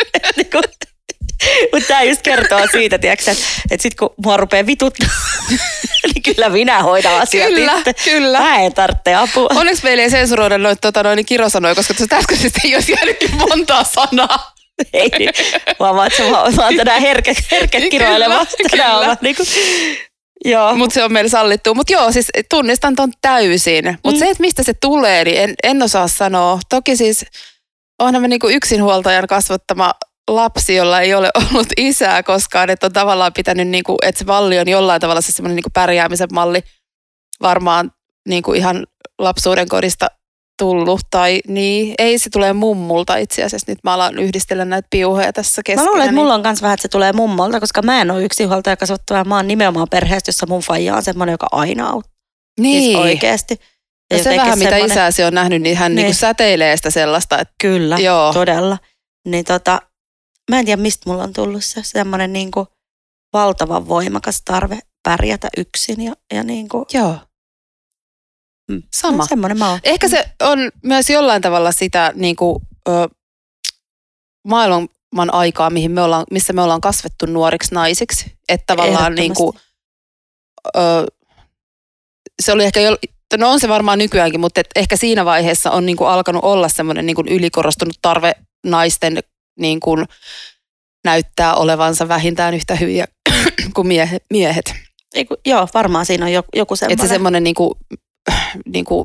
Mutta tämä just kertoo siitä, tiiäksä, että, että sitten kun mua rupeaa vituttaa, niin kyllä minä hoidan asiat Kyllä, itse. kyllä. Mä en tarvitse apua. Onneksi meillä ei sensuroida noita tota, noin kirosanoja, koska tuossa äskeisesti ei olisi jäänytkin montaa sanaa. Ei, vaan vaan, että mä, mä oon tänään herkä, herkä kiroileva. Kyllä, niin joo. Mutta se on meillä sallittu. Mutta joo, siis tunnistan ton täysin. Mutta mm. se, että mistä se tulee, niin en, en osaa sanoa. Toki siis onhan me niinku yksinhuoltajan kasvattama lapsi, jolla ei ole ollut isää koskaan, että on tavallaan pitänyt, niinku, että se malli on jollain tavalla se semmoinen niinku pärjäämisen malli varmaan niinku ihan lapsuuden kodista tullut, tai niin, ei se tulee mummulta itse asiassa, nyt mä alan yhdistellä näitä piuhoja tässä keskellä. Mä luulen, että niin... mulla on myös vähän, että se tulee mummolta, koska mä en ole yksinhuoltaja kasvattava, mä oon nimenomaan perheestä, jossa mun faija on semmoinen, joka aina auttaa. Niin. Siis oikeasti. Ja, ja se vähän, semmoinen... mitä isäsi on nähnyt, niin hän niin. Niinku säteilee sitä sellaista. Että... Kyllä, joo. Todella. Niin tota, mä en tiedä, mistä mulla on tullut se semmoinen niinku valtavan voimakas tarve pärjätä yksin. Ja, ja niinku, joo. Mm. Sama. Semmoinen mä oon. Ehkä se on myös jollain tavalla sitä niinku, ö, maailman aikaa, mihin me ollaan, missä me ollaan kasvettu nuoriksi naisiksi. Että tavallaan niinku, ö, se oli ehkä, jo, no on se varmaan nykyäänkin, mutta et ehkä siinä vaiheessa on niinku alkanut olla semmoinen niinku ylikorostunut tarve naisten niinku näyttää olevansa vähintään yhtä hyviä kuin miehet. miehet. Eiku, joo, varmaan siinä on joku semmoinen. Että se semmoinen niinku, niinku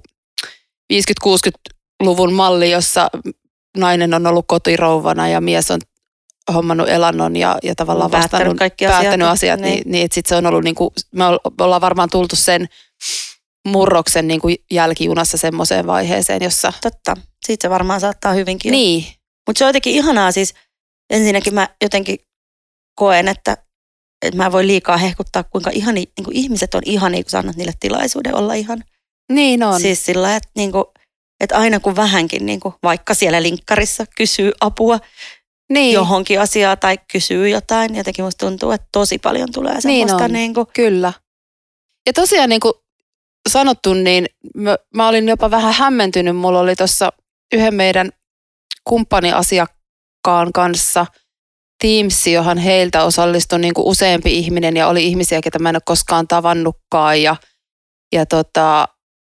viisikymmentä-kuusikymmentäluvun malli, jossa nainen on ollut kotirouvana ja mies on hommannut elannon ja, ja tavallaan vastannut, kaikki päättänyt asiat, asiat, niin, niin, niin että sitten se on ollut, niin kuin, me ollaan varmaan tultu sen murroksen niin kuin jälkijunassa semmoiseen vaiheeseen, jossa... Totta, siitä se varmaan saattaa hyvinkin. Niin. Mutta se on jotenkin ihanaa siis, ensinnäkin mä jotenkin koen, että, että mä en voi liikaa hehkuttaa, kuinka ihani, niin kuin ihmiset on ihania, kun sä annat niille tilaisuuden olla ihan. Niin on. Siis sillä, että, niin kuin, että aina kun vähänkin, niin kuin, vaikka siellä linkkarissa kysyy apua niin. johonkin asiaan tai kysyy jotain, jotenkin musta tuntuu, että tosi paljon tulee semmoista. Niin niin kuin... Kyllä. Ja tosiaan niin kuin sanottu, niin mä, mä olin jopa vähän hämmentynyt. Mulla oli tuossa yhden meidän kumppaniasiakkaan kanssa Teams, johon heiltä osallistui niin kuin useampi ihminen ja oli ihmisiä, ketä mä en ole koskaan tavannutkaan. Ja, ja tota,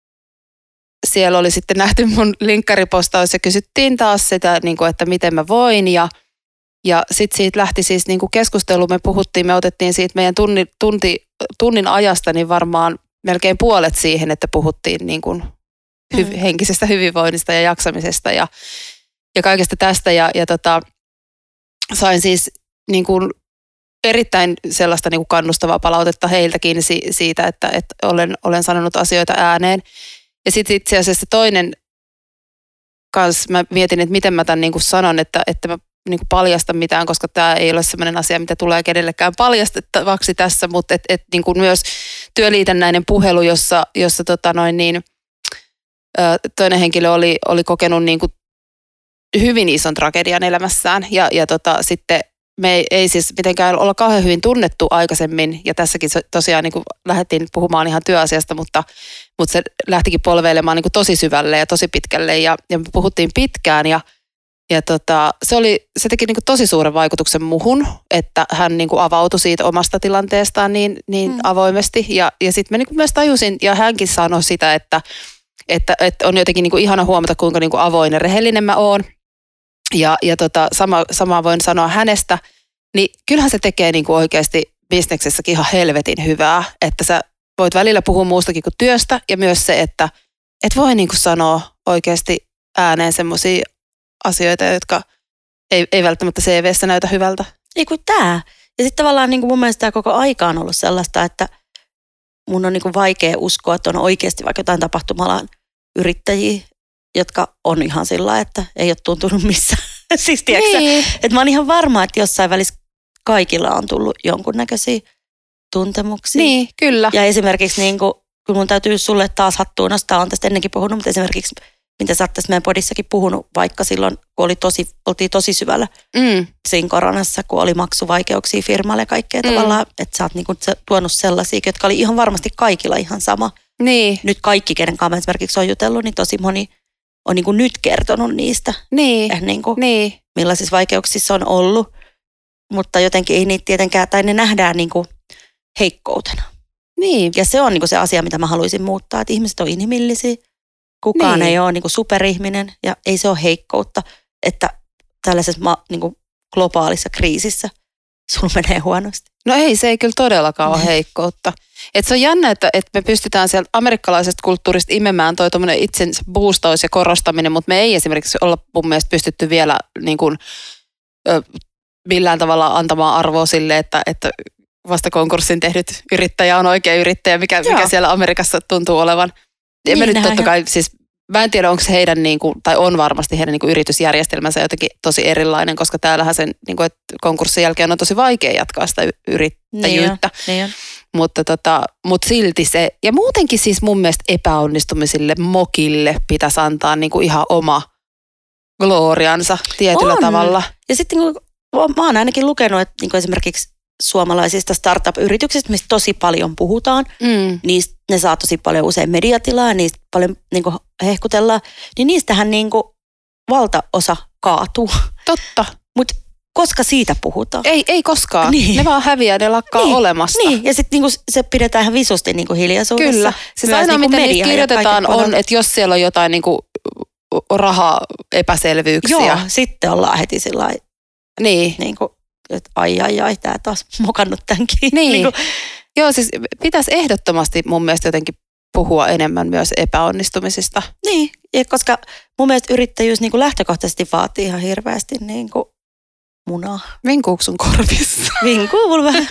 siellä oli sitten nähty mun linkkaripostaus ja kysyttiin taas sitä, niin kuin, että miten mä voin. Ja, ja sitten siitä lähti siis niin kuin keskustelu. Me puhuttiin, me otettiin siitä meidän tunni, tunti, tunnin ajasta niin varmaan melkein puolet siihen, että puhuttiin niin kuin hy, mm. henkisestä hyvinvoinnista ja jaksamisesta ja, ja kaikesta tästä. Ja, ja tota, sain siis niin kuin erittäin sellaista niin kuin kannustavaa palautetta heiltäkin si, siitä, että, että olen, olen sanonut asioita ääneen. Ja sitten itse asiassa toinen kanssa mä mietin, että miten mä tämän niin kuin sanon, että, että mä niin kuin paljasta mitään, koska tämä ei ole sellainen asia, mitä tulee kenellekään paljastettavaksi tässä, mutta et, et niin kuin myös työliitännäinen puhelu, jossa, jossa tota noin niin, toinen henkilö oli, oli kokenut niin kuin hyvin ison tragedian elämässään ja, ja tota, sitten me ei, ei siis mitenkään olla kauhean hyvin tunnettu aikaisemmin ja tässäkin tosiaan niin kuin lähdettiin puhumaan ihan työasiasta, mutta, mutta se lähtikin polveilemaan niin kuin tosi syvälle ja tosi pitkälle ja, ja me puhuttiin pitkään ja Ja tota, se, oli, se teki niinku tosi suuren vaikutuksen muhun, että hän niinku avautui siitä omasta tilanteestaan niin, niin mm. avoimesti. Ja, ja sitten mä niinku myös tajusin, ja hänkin sanoi sitä, että, että, että on jotenkin niinku ihana huomata, kuinka niinku avoin ja rehellinen mä oon. Ja, ja tota, sama, samaa voin sanoa hänestä. Niin kyllähän se tekee niinku oikeasti bisneksessäkin ihan helvetin hyvää, että sä voit välillä puhua muustakin kuin työstä. Ja myös se, että et voi niinku sanoa oikeasti ääneen semmoisia asioita, jotka ei, ei välttämättä C V:ssä näytä hyvältä. Ei kuin tää. Ja sitten tavallaan niin kuin mun mielestä tämä koko aika on ollut sellaista, että mun on niin kuin vaikea uskoa, että on oikeasti vaikka jotain tapahtumalan yrittäjiä, jotka on ihan sillä, että ei ole tuntunut missään. Siis tiedätkö niin. Että mä oon ihan varma, että jossain välissä kaikilla on tullut jonkunnäköisiä tuntemuksia. Niin, kyllä. Ja esimerkiksi niin kuin, kun mun täytyy sulle taas hattuun nostaa, on tästä ennenkin puhunut, mutta esimerkiksi mitä sä oot tässä meidän podissakin puhunut, vaikka silloin, kun oli tosi, oltiin tosi syvällä mm. siinä koronassa, kun oli maksuvaikeuksia firmalle ja kaikkea mm. tavallaan, että sä oot niinku tuonut sellaisia, jotka oli ihan varmasti kaikilla ihan sama. Niin. Nyt kaikki, kenen kanssa esimerkiksi on jutellut, niin tosi moni on niinku nyt kertonut niistä. Niin. Eh, niinku, niin. Millaisissa vaikeuksissa on ollut, mutta jotenkin ei niitä tietenkään, tai ne nähdään niinku heikkoutena. Niin. Ja se on niinku se asia, mitä mä haluaisin muuttaa, että ihmiset on inhimillisiä. Kukaan niin. ei ole niin kuin superihminen ja ei se ole heikkoutta, että tällaisessa ma, niin kuin globaalissa kriisissä sulla menee huonosti. No ei, se ei kyllä todellakaan ole heikkoutta. Et se on jännä, että, että me pystytään sieltä amerikkalaisesta kulttuurista imemään toi tommoinen itsensä boostaus ja korostaminen, mutta me ei esimerkiksi olla mun mielestä pystytty vielä niin kuin, ö, millään tavalla antamaan arvoa sille, että, että vasta konkurssin tehnyt yrittäjä on oikea yrittäjä, mikä, mikä siellä Amerikassa tuntuu olevan. En niin, mä nyt totta kai, siis mä en tiedä, onko se heidän, niin kuin, tai on varmasti heidän niin kuin yritysjärjestelmänsä jotenkin tosi erilainen, koska täällähän sen, niin kuin, että konkurssin jälkeen on tosi vaikea jatkaa sitä yrittäjyyttä. Niin niin mutta, tota, mutta silti se, ja muutenkin siis mun mielestä epäonnistumisille, mokille pitäisi antaa niin kuin ihan oma gloriansa tietyllä on. Tavalla. Ja sitten niin kuin, mä oon ainakin lukenut, että niin kuin esimerkiksi suomalaisista startup-yrityksistä, mistä tosi paljon puhutaan, mm. niistä ne saa tosi paljon usein mediatilaa, niistä paljon niin kuin hehkutellaan, niin niistähän niin kuin valtaosa kaatuu. Totta. Mutta koska siitä puhutaan? Ei, ei koskaan. Niin. Ne vaan häviää, ne lakkaa niin. olemasta. Niin, ja sitten niinku se pidetään ihan visusti niinku hiljaisuudessa. Kyllä. Siis ainoa, niinku mitä niistä kirjoitetaan, on, että jos siellä on jotain niinku raha-epäselvyyksiä. Joo, sitten ollaan heti sillä lailla. Niin. Niinku, että ai ai ai, tää taas mokannut tämänkin. Niin. Niinku. Joo, siis pitäisi ehdottomasti mun mielestä jotenkin puhua enemmän myös epäonnistumisista. Niin, ja koska mun mielestä yrittäjyys niin kuin lähtökohtaisesti vaatii ihan hirveästi niin kuin munaa. Vinkuuko sun korvissa? Vinkuu mulla vähän.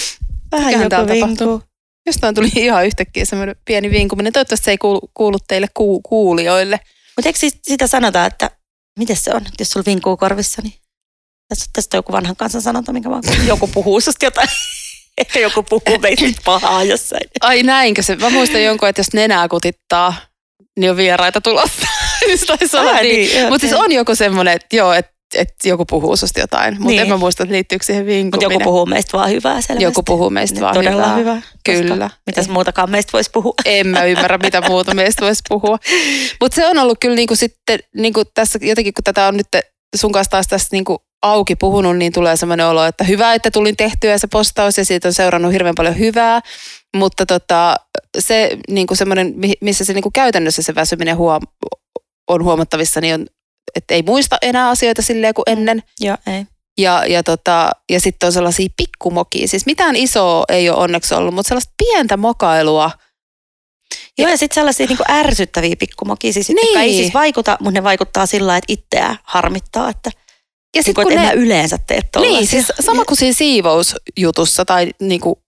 Vähän joku vinkuu. Jostain tuli ihan yhtäkkiä semmoinen pieni vinkuminen. Toivottavasti se ei kuulu, kuulu teille ku, kuulijoille. Mutta eikö sitä sanota, että miten se on, jos sulla vinkuu korvissa, niin tässä, tästä on joku vanhan kansan sanonta, minkä vaan joku puhuu susta jotain. Ehkä joku puhuu meitä pahaa jossain. Ai näinkö se? Mä muistan jonkun, että jos nenää kutittaa, niin on vieraita tulossa. Ah, niin, niin. Mutta siis on joku semmoinen, että joo, että että joku puhuu susta jotain. Mutta niin. En mä muista, että liittyykö siihen vinkuminen. Mutta joku puhuu meistä vaan hyvää selvästi. Joku puhuu meistä vaan todella hyvää. hyvä. Kyllä. Mitäs muutakaan meistä voisi puhua. En mä ymmärrä, mitä muuta meistä voisi puhua. Mutta se on ollut kyllä niinku sitten, niinku tässä jotenkin kun tätä on nyt sun kanssa taas tässä niinku auki puhunut, niin tulee semmoinen olo, että hyvä, että tulin tehtyä se postaus ja siitä on seurannut hirveän paljon hyvää. Mutta tota, se niinku semmoinen, missä se niinku käytännössä se väsyminen huom- on huomattavissa, niin on että ei muista enää asioita silleen kuin ennen. Joo, ei. Ja, ja, tota, ja sitten on sellaisia pikkumokia. Siis mitään isoa ei ole onneksi ollut, mutta sellaista pientä mokailua. Joo, ja, ja sitten sellaisia niinku ärsyttäviä pikkumokia, siis, niin. jotka ei siis vaikuta, mutta ne vaikuttaa sillä lailla, että itseä harmittaa, että ja sit, niin, kun en ne, mä yleensä tee tollaisia. Niin, siis sama kuin siinä siivousjutussa tai niinku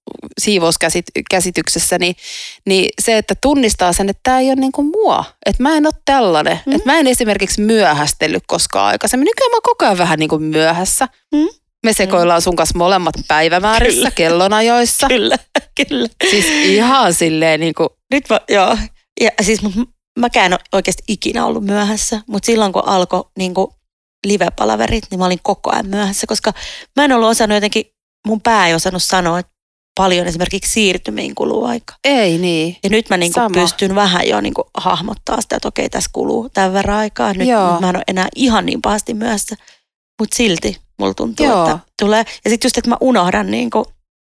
siivouskäsityksessä, niin, niin se, että tunnistaa sen, että tämä ei ole niinku mua. Että mä en ole tällainen. Mm. Että mä en esimerkiksi myöhästellyt koskaan aikaisemmin. Nykyään mä oon koko ajan vähän niinku myöhässä. Mm. Me sekoillaan sun kanssa molemmat päivämäärissä, kyllä. Kellonajoissa. Kyllä, kyllä. Siis ihan silleen niinku. Nyt mä, joo. Ja siis mäkään en oikeasti ikinä ollut myöhässä, mutta silloin kun alkoi niinku live-palaverit, niin mä olin koko ajan myöhässä, koska mä en ollut osannut jotenkin, mun pää ei osannut sanoa, että paljon esimerkiksi siirtymiin kuluu aika. Ei niin. Ja nyt mä niinku pystyn vähän jo niinku hahmottaa sitä, että okei, tässä kuluu tämän verran aikaa. Nyt Joo. mä en ole enää ihan niin pahasti myöhässä, mutta silti mulla tuntuu, Joo. että tulee. Ja sitten just, että mä unohdan, niinku,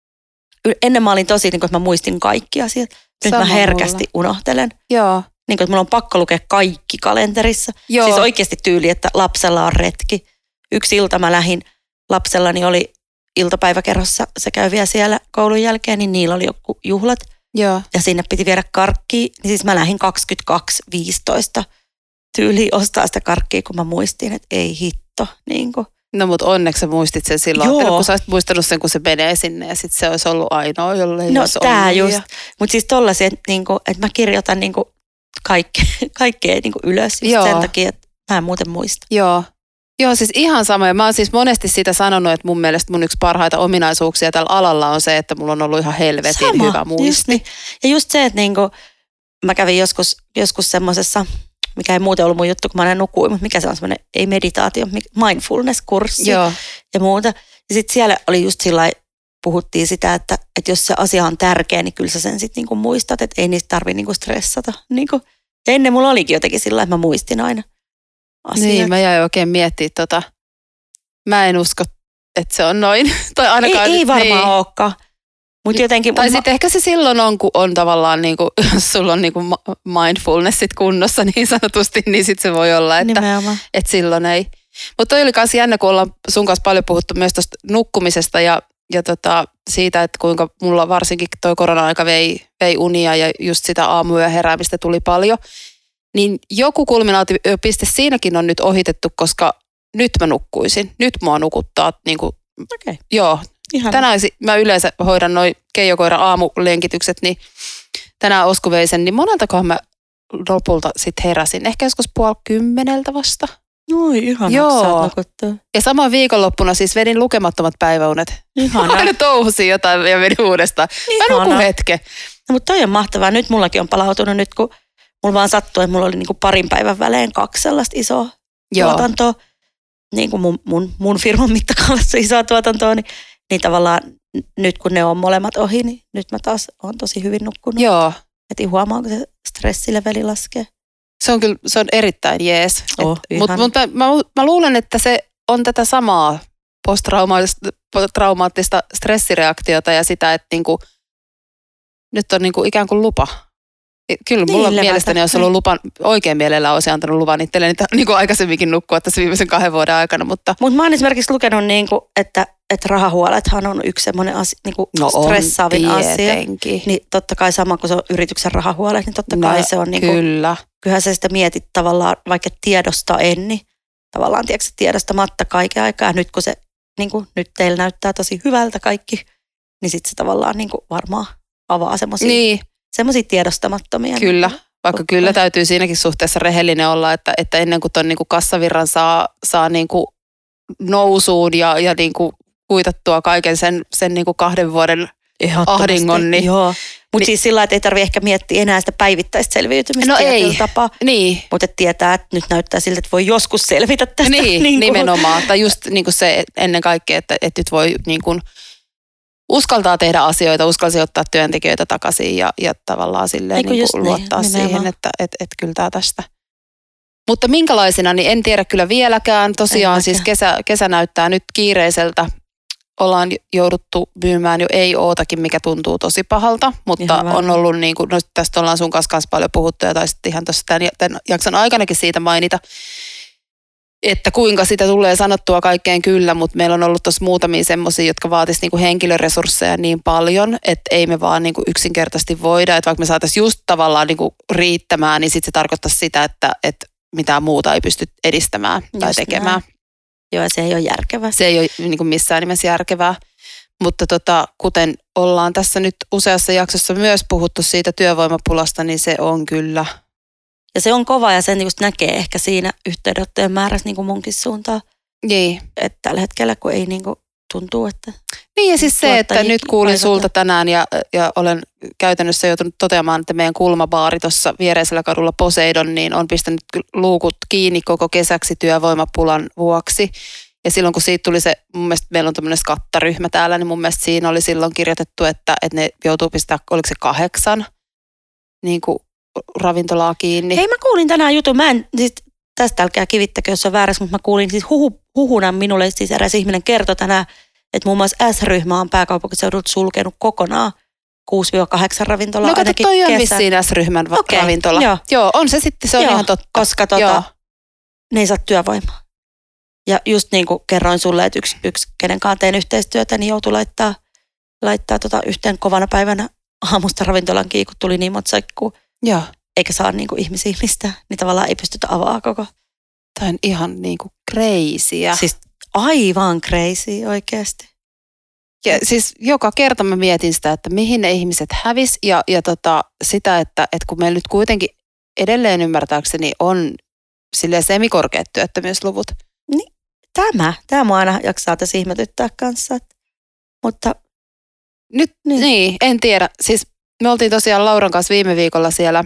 ennen mä olin tosi, niinku, että mä muistin kaikki asiat. Nyt Sama mä herkästi mulla. unohtelen. Joo. Niin kuin, että mulla on pakko lukea kaikki kalenterissa. Joo. Siis oikeasti tyyli, että lapsella on retki. Yksi ilta mä lähdin, lapsellani oli iltapäiväkerhossa, se käy vielä siellä koulun jälkeen, niin niillä oli joku juhlat. Joo. Ja sinne piti viedä karkkia. Niin siis mä lähdin kaksikymmentäkaksi viisitoista tyyliin ostaa sitä karkkia, kun mä muistin, että ei hitto. Niin kuin. No mutta onneksi sä muistit sen silloin, kun sä olisit muistanut sen, kun se menee sinne ja sitten se olisi ollut ainoa, jolle ei no, olisi tää ollut. just. Mutta siis tollaisia, että, niinku, että mä kirjoitan niinku kaikkea, kaikkea niinku ylös just sen takia, että mä en muuten muista. Joo. Joo, siis ihan sama. Ja mä oon siis monesti sitä sanonut, että mun mielestä mun yksi parhaita ominaisuuksia tällä alalla on se, että mulla on ollut ihan helvetin sama, hyvä muisti. Just niin. Ja just se, että niinku, mä kävin joskus, joskus semmosessa, mikä ei muuten ollut mun juttu, kun mä aina nukuin, mutta mikä se on semmoinen, ei meditaatio, mindfulness-kurssi Joo. ja muuta. Ja sitten siellä oli just sillä puhuttiin sitä, että, että jos se asia on tärkeä, niin kyllä sä sen sitten niinku muistat, että ei niistä tarvitse niinku stressata. Niinku. Ja ennen mulla olikin jotenkin sillä, että mä muistin aina asiat. Niin, mä jäin oikein miettimään tota. Mä en usko, että se on noin. tai ainakaan, ei, ei varmaan niin. olekaan. Mut jotenkin, tai mä... sitten ehkä se silloin on, kun on tavallaan, niinku, jos sulla on niinku mindfulnessit kunnossa niin sanotusti, niin sitten se voi olla, että, että silloin ei. Mutta toi oli myös jännä, kun ollaan sun kanssa paljon puhuttu myös tuosta nukkumisesta ja, ja tota, siitä, että kuinka mulla varsinkin toi korona-aika vei, vei unia ja just sitä aamuyö heräämistä tuli paljon. Niin joku kulminaatiopiste siinäkin on nyt ohitettu, koska nyt mä nukkuisin. Nyt mua nukuttaa. Niin kuin, okay. Joo. Ihana. Tänään mä yleensä hoidan noi keijokoiran aamulenkitykset, niin tänään Osku vei sen, niin moneltakohan mä lopulta sitten heräsin. Ehkä joskus puoli kymmeneltä vasta. Oi, ihana, joo. Ja samoin viikonloppuna siis vedin lukemattomat päiväunet. Ihana. Aina touhusin jotain ja vedin uudestaan. Ihana. Mä nukun hetken. No, mutta toi on mahtavaa. Nyt mullakin on palautunut nyt, kun mulla vaan sattui, että mulla oli niinku parin päivän välein kaksi sellaista isoa joo. tuotantoa. Niin kuin mun, mun, mun firman mittakaavassa isoa tuotantoa, niin, niin tavallaan nyt kun ne on molemmat ohi, niin nyt mä taas oon tosi hyvin nukkunut. Joo. Heti huomaan, kun se stressileveli laskee. Se on kyllä, se on erittäin jees. Oh, Mutta mut mä, mä, mä luulen, että se on tätä samaa posttraumaattista stressireaktiota ja sitä, että niinku, nyt on niinku ikään kuin lupa. Kyllä mulla niin, mielestäni olisi ollut lupa, oikein mielellä olisi antanut luvan itselleni niin kuin aikaisemminkin nukkua tässä viimeisen kahden vuoden aikana. Mutta Mut mä oon esimerkiksi lukenut, niin kuin, että, että rahahuolethan on yksi semmoinen asia, niin kuin no stressaavin on, asia. Niin totta kai sama kuin se on yrityksen rahahuolet, niin totta kai no, se on niin kuin, kyllä. Kyllähän sä sitä mietit tavallaan, vaikka tiedosta en, niin tavallaan tiedätkö, tiedostamatta kaiken aikaa. Nyt kun se niin kuin, nyt teillä näyttää tosi hyvältä kaikki, niin sitten se tavallaan niin kuin, varmaan avaa semmoisia niin. tiedostamattomia. Kyllä, niin, vaikka kyllä täytyy siinäkin suhteessa rehellinen olla, että, että ennen kuin tuon niin kuin kassavirran saa, saa niin kuin nousuun ja, ja niin kuin kuitattua kaiken sen, sen niin kuin kahden vuoden ahdingon. Niin, joo. Mutta niin, siis sillä lailla, että ei tarvitse ehkä miettiä enää sitä päivittäistä selviytymistä. No ei, tapaa, niin. Mutta tietää, että nyt näyttää siltä, että voi joskus selvitä tästä. Niin, niin nimenomaan. Tai just niin kuin se ennen kaikkea, että, että nyt voi niin kuin uskaltaa tehdä asioita, uskalsi ottaa työntekijöitä takaisin ja, ja tavallaan silleen niin kuin luottaa niin, siihen, että et, et kyllä tämä tästä. Mutta minkälaisena, niin en tiedä kyllä vieläkään. Tosiaan en siis kesä, kesä näyttää nyt kiireiseltä. Ollaan jouduttu myymään jo ei ootakin, mikä tuntuu tosi pahalta, mutta on ollut niin kuin, no tästä ollaan sun kanssa paljon puhuttu ja taisit ihan tuossa tämän, tämän jakson aikanakin siitä mainita, että kuinka sitä tulee sanottua kaikkeen kyllä, mutta meillä on ollut tuossa muutamia semmoisia, jotka vaatisivat niinku henkilöresursseja niin paljon, että ei me vaan niinku yksinkertaisesti voida, että vaikka me saataisiin just tavallaan niinku riittämään, niin sitten se tarkoittaisi sitä, että, että mitään muuta ei pysty edistämään tai just tekemään. Näin. Joo, se ei ole järkevää. Se ei ole niinku missään nimessä järkevää, mutta tota, kuten ollaan tässä nyt useassa jaksossa myös puhuttu siitä työvoimapulasta, niin se on kyllä. Ja se on kova ja sen just näkee ehkä siinä yhteydenottojen määrässä niin kuin munkin suuntaan. Niin. Että tällä hetkellä kun ei niin kuin tuntuu, että... Niin ja siis se, että nyt kuulin sulta tänään ja, ja olen käytännössä joutunut toteamaan, että meidän kulmabaari tuossa viereisellä kadulla Poseidon, niin on pistänyt luukut kiinni koko kesäksi työvoimapulan vuoksi. Ja silloin kun siitä tuli se, mun mielestä meillä on tämmöinen skattaryhmä täällä, niin mun mielestä siinä oli silloin kirjoitettu, että, että ne joutuu pistää, oliko se kahdeksan niin kuin ravintolaa kiinni. Hei, mä kuulin tänään jutun, mä en, siis tästä älkää kivittäkö, jos on väärässä, mutta mä kuulin siis huhu, huhuna minulle, siis eräs ihminen kertoi tänään, että muun muassa S-ryhmä on pääkaupunkiseudulta sulkenut kokonaan kuusi kahdeksan ravintolaa. No kato, toi on vissiin S-ryhmän va- okay, ravintola. Joo. joo, on se sitten, se on joo, ihan totta. Koska tota, ne ei saa työvoimaa. Ja just niin kuin kerroin sulle, että yksi, yksi kenen kanssa teen yhteistyötä, niin joutui laittaa, laittaa tota yhteen kovana päivänä aamusta ravintolan kiikut tuli niin monta saikkuu. Joo. Eikä saa niinku ihmisiä mistään, niin tavallaan ei pystytä avaamaan koko. Tämä on ihan niinku crazyä. Siis aivan crazy oikeasti. Ja siis joka kerta mä mietin sitä, että mihin ne ihmiset hävis ja, ja tota, sitä, että, että kun meillä nyt kuitenkin edelleen ymmärtääkseni on silleen semikorkeat työttömyysluvut. Niin, tämä, tämä mua aina jaksaa tässä ihmetyttää kanssa. Mutta nyt niin. niin, en tiedä. Siis me oltiin tosiaan Lauran kanssa viime viikolla siellä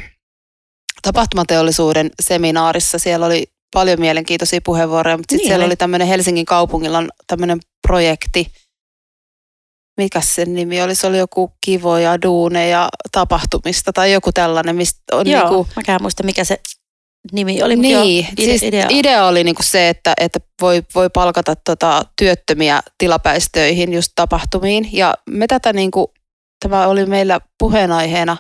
tapahtumateollisuuden seminaarissa. Siellä oli paljon mielenkiintoisia puheenvuoroja, mutta sitten niin siellä oli, oli tämmöinen Helsingin kaupungilla on tämmöinen projekti. Mikäs sen nimi oli? Se oli joku kivoja duuneja tapahtumista tai joku tällainen, mistä on joo, niinku... mäkään muista mikä se nimi oli. Niin, joo, ide- siis idea. idea oli niinku se, että, että voi, voi palkata tota työttömiä tilapäistöihin just tapahtumiin. Ja me tätä niinku... Tämä oli meillä puheenaiheena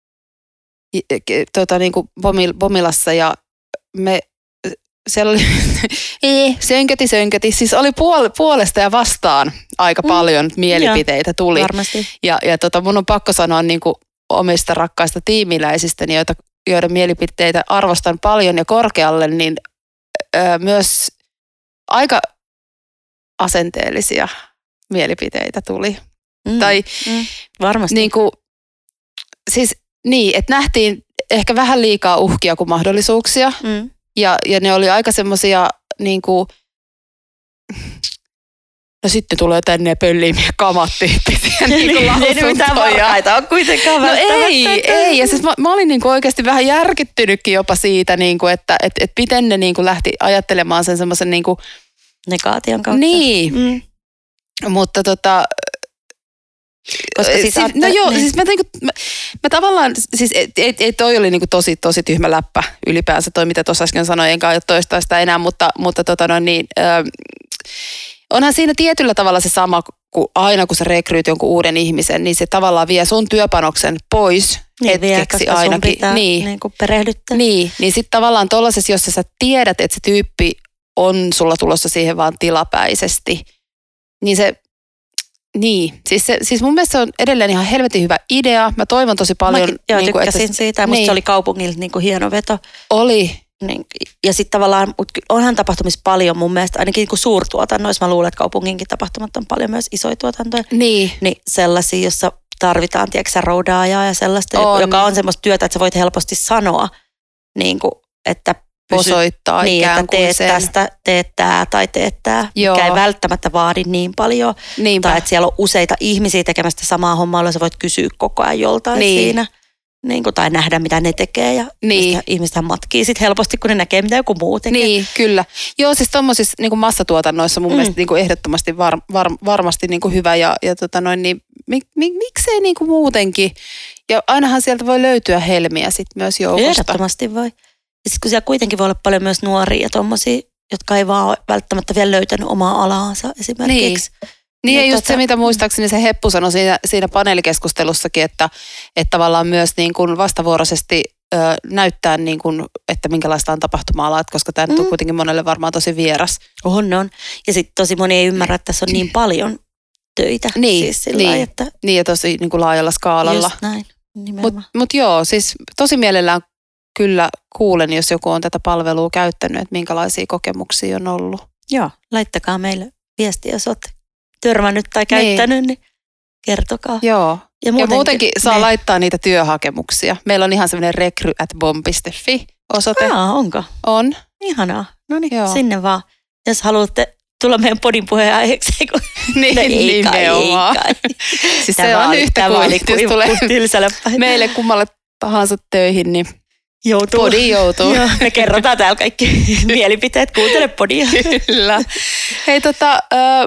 tota, niin kuin Bomilassa ja me, siellä oli sönköti, sönköti, siis oli puol, puolesta ja vastaan aika paljon mm, mielipiteitä tuli. Varmasti. Ja, ja tota, mun on pakko sanoa niin kuin omista rakkaista tiimiläisistäni, joita, joiden mielipiteitä arvostan paljon ja korkealle, niin ö, myös aika asenteellisia mielipiteitä tuli. Mm, tai mm, varmasti. Niin kuin, siis niin, että nähtiin ehkä vähän liikaa uhkia kuin mahdollisuuksia. Mm. Ja, ja ne oli aika semmoisia niin kuin, no sitten tulee tänne ja pöllii meidän kamat-tyyppisiä niin kuin lausuntoja. Ei ne mitään varkaita on kuitenkaan no ei, ei. Ja siis mä, mä olin niin kuin oikeasti vähän järkyttynytkin jopa siitä, niin kuin, että et, et miten ne niin kuin lähti ajattelemaan sen semmoisen niin kuin negaation kautta. Niin, mm. mutta tota... Koska siis, siis no joo, niin. siis mä, niinku, mä, mä tavallaan, siis ei, ei, ei toi oli niinku tosi, tosi tyhmä läppä ylipäänsä toi, mitä tuossa äsken sanoin, enkä aio toistaa sitä enää, mutta, mutta tota no niin, ö, onhan siinä tietyllä tavalla se sama, kuin aina kun sä rekryyt jonkun uuden ihmisen, niin se tavallaan vie sun työpanoksen pois niin, hetkeksi vie, ainakin. Sun pitää niin, niin kuin perehdyttää. Niin, niin sitten tavallaan tollaisessa, jos sä tiedät, että se tyyppi on sulla tulossa siihen vaan tilapäisesti, niin se Niin, siis, se, siis mun mielestä se on edelleen ihan helvetin hyvä idea. Mä toivon tosi paljon. Mäkin, joo, niin kuin, tykkäsin että, siitä. Musta niin. se oli kaupungille niin kuin hieno veto. Oli. Niin, ja sitten tavallaan, onhan tapahtumissa paljon mun mielestä, ainakin niin suurtuotannoissa, mä luulen, että kaupunginkin tapahtumat on paljon myös isoja tuotantoja. Niin. Niin sellaisia, jossa tarvitaan, tiedätkö, roudaajaa ja sellaista, on. Joka on semmoista työtä, että sä voit helposti sanoa, niin kuin, että pysy, osoittaa niin, ikään että kuin teet sen. tästä, teet tää tai teet tää, Joo. mikä ei välttämättä vaadi niin paljon. Niinpä. Tai että siellä on useita ihmisiä tekemästä samaa hommaa, jolloin sä voit kysyä koko ajan joltain niin. siinä. Niin kuin, tai nähdä, mitä ne tekee. Ja niin. ihmiset matkii sit helposti, kun ne näkee, mitä joku muu tekee. Niin, kyllä. Joo, siis tommosissa niin kuin massatuotannoissa mun mm. mielestä niin kuin ehdottomasti var, var, varmasti niin kuin hyvä. Ja, ja tota noin, niin, mik, mik, miksei niin kuin muutenkin? Ja ainahan sieltä voi löytyä helmiä sit myös joukosta. Ehdottomasti voi. Ja sit kun siellä kuitenkin voi olla paljon myös nuoria ja tommosia, jotka ei vaan ole välttämättä vielä löytänyt omaa alaansa esimerkiksi. Niin. Niin ja just tota, se, mitä muistaakseni se Heppu sanoi siinä, siinä paneelikeskustelussakin, että, että tavallaan myös niin kuin vastavuoroisesti ö, näyttää, niin kuin, että minkälaista on tapahtuma-ala, koska tämä mm. on kuitenkin monelle varmaan tosi vieras. On, on. Ja sitten tosi moni ei ymmärrä, että tässä on niin paljon töitä. Niin, siis sillä niin. lailla, että niin ja tosi niin kuin laajalla skaalalla. Just näin, Mutta mut joo, siis tosi mielellään kyllä kuulen, jos joku on tätä palvelua käyttänyt, että minkälaisia kokemuksia on ollut. Joo, laittakaa meille viestiä, jos olette törmännyt tai käyttänyt, niin, niin kertokaa. Joo. Ja, muutenkin, ja muutenkin saa ne. laittaa niitä työhakemuksia. Meillä on ihan semmoinen rekry at bomb piste fi osoite. Aa, onko? On. Ihanaa. No niin, sinne vaan. Jos haluatte tulla meidän podin puheenaiheeksi. niin, no, nimenomaan. Siis se on yhtä kuin, jos tulee meille kummalle tahansa töihin, niin joutuu. Podi joutuu. Joo, me kerrotaan täällä kaikki mielipiteet. Kuuntele podia. Kyllä. Hei tota... Äh,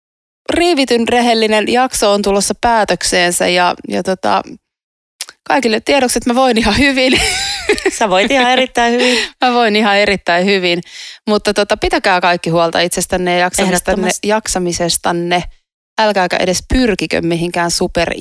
Riivityn rehellinen jakso on tulossa päätökseensä ja, ja tota, kaikille tiedoksi, että mä voin ihan hyvin. Sä voit ihan erittäin hyvin. Mä voin ihan erittäin hyvin, mutta tota, pitäkää kaikki huolta itsestänne ja jaksamisestanne, jaksamisestanne. Älkääkä edes pyrkikö mihinkään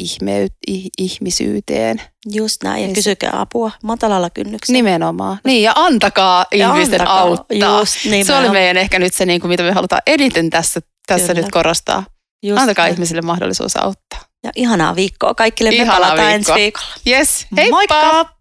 superihmisyyteen. Just näin, ja kysykää apua matalalla kynnyksellä. Nimenomaan. Niin, ja antakaa ja ihmisten antakaa. auttaa. Just, se oli meidän ehkä nyt se, niin kuin, mitä me halutaan eniten tässä, tässä nyt korostaa. Just antakaa näin. Ihmisille mahdollisuus auttaa. Ja ihanaa viikkoa kaikille. Me palataan ensi viikolla. Yes, heippa! Moikka!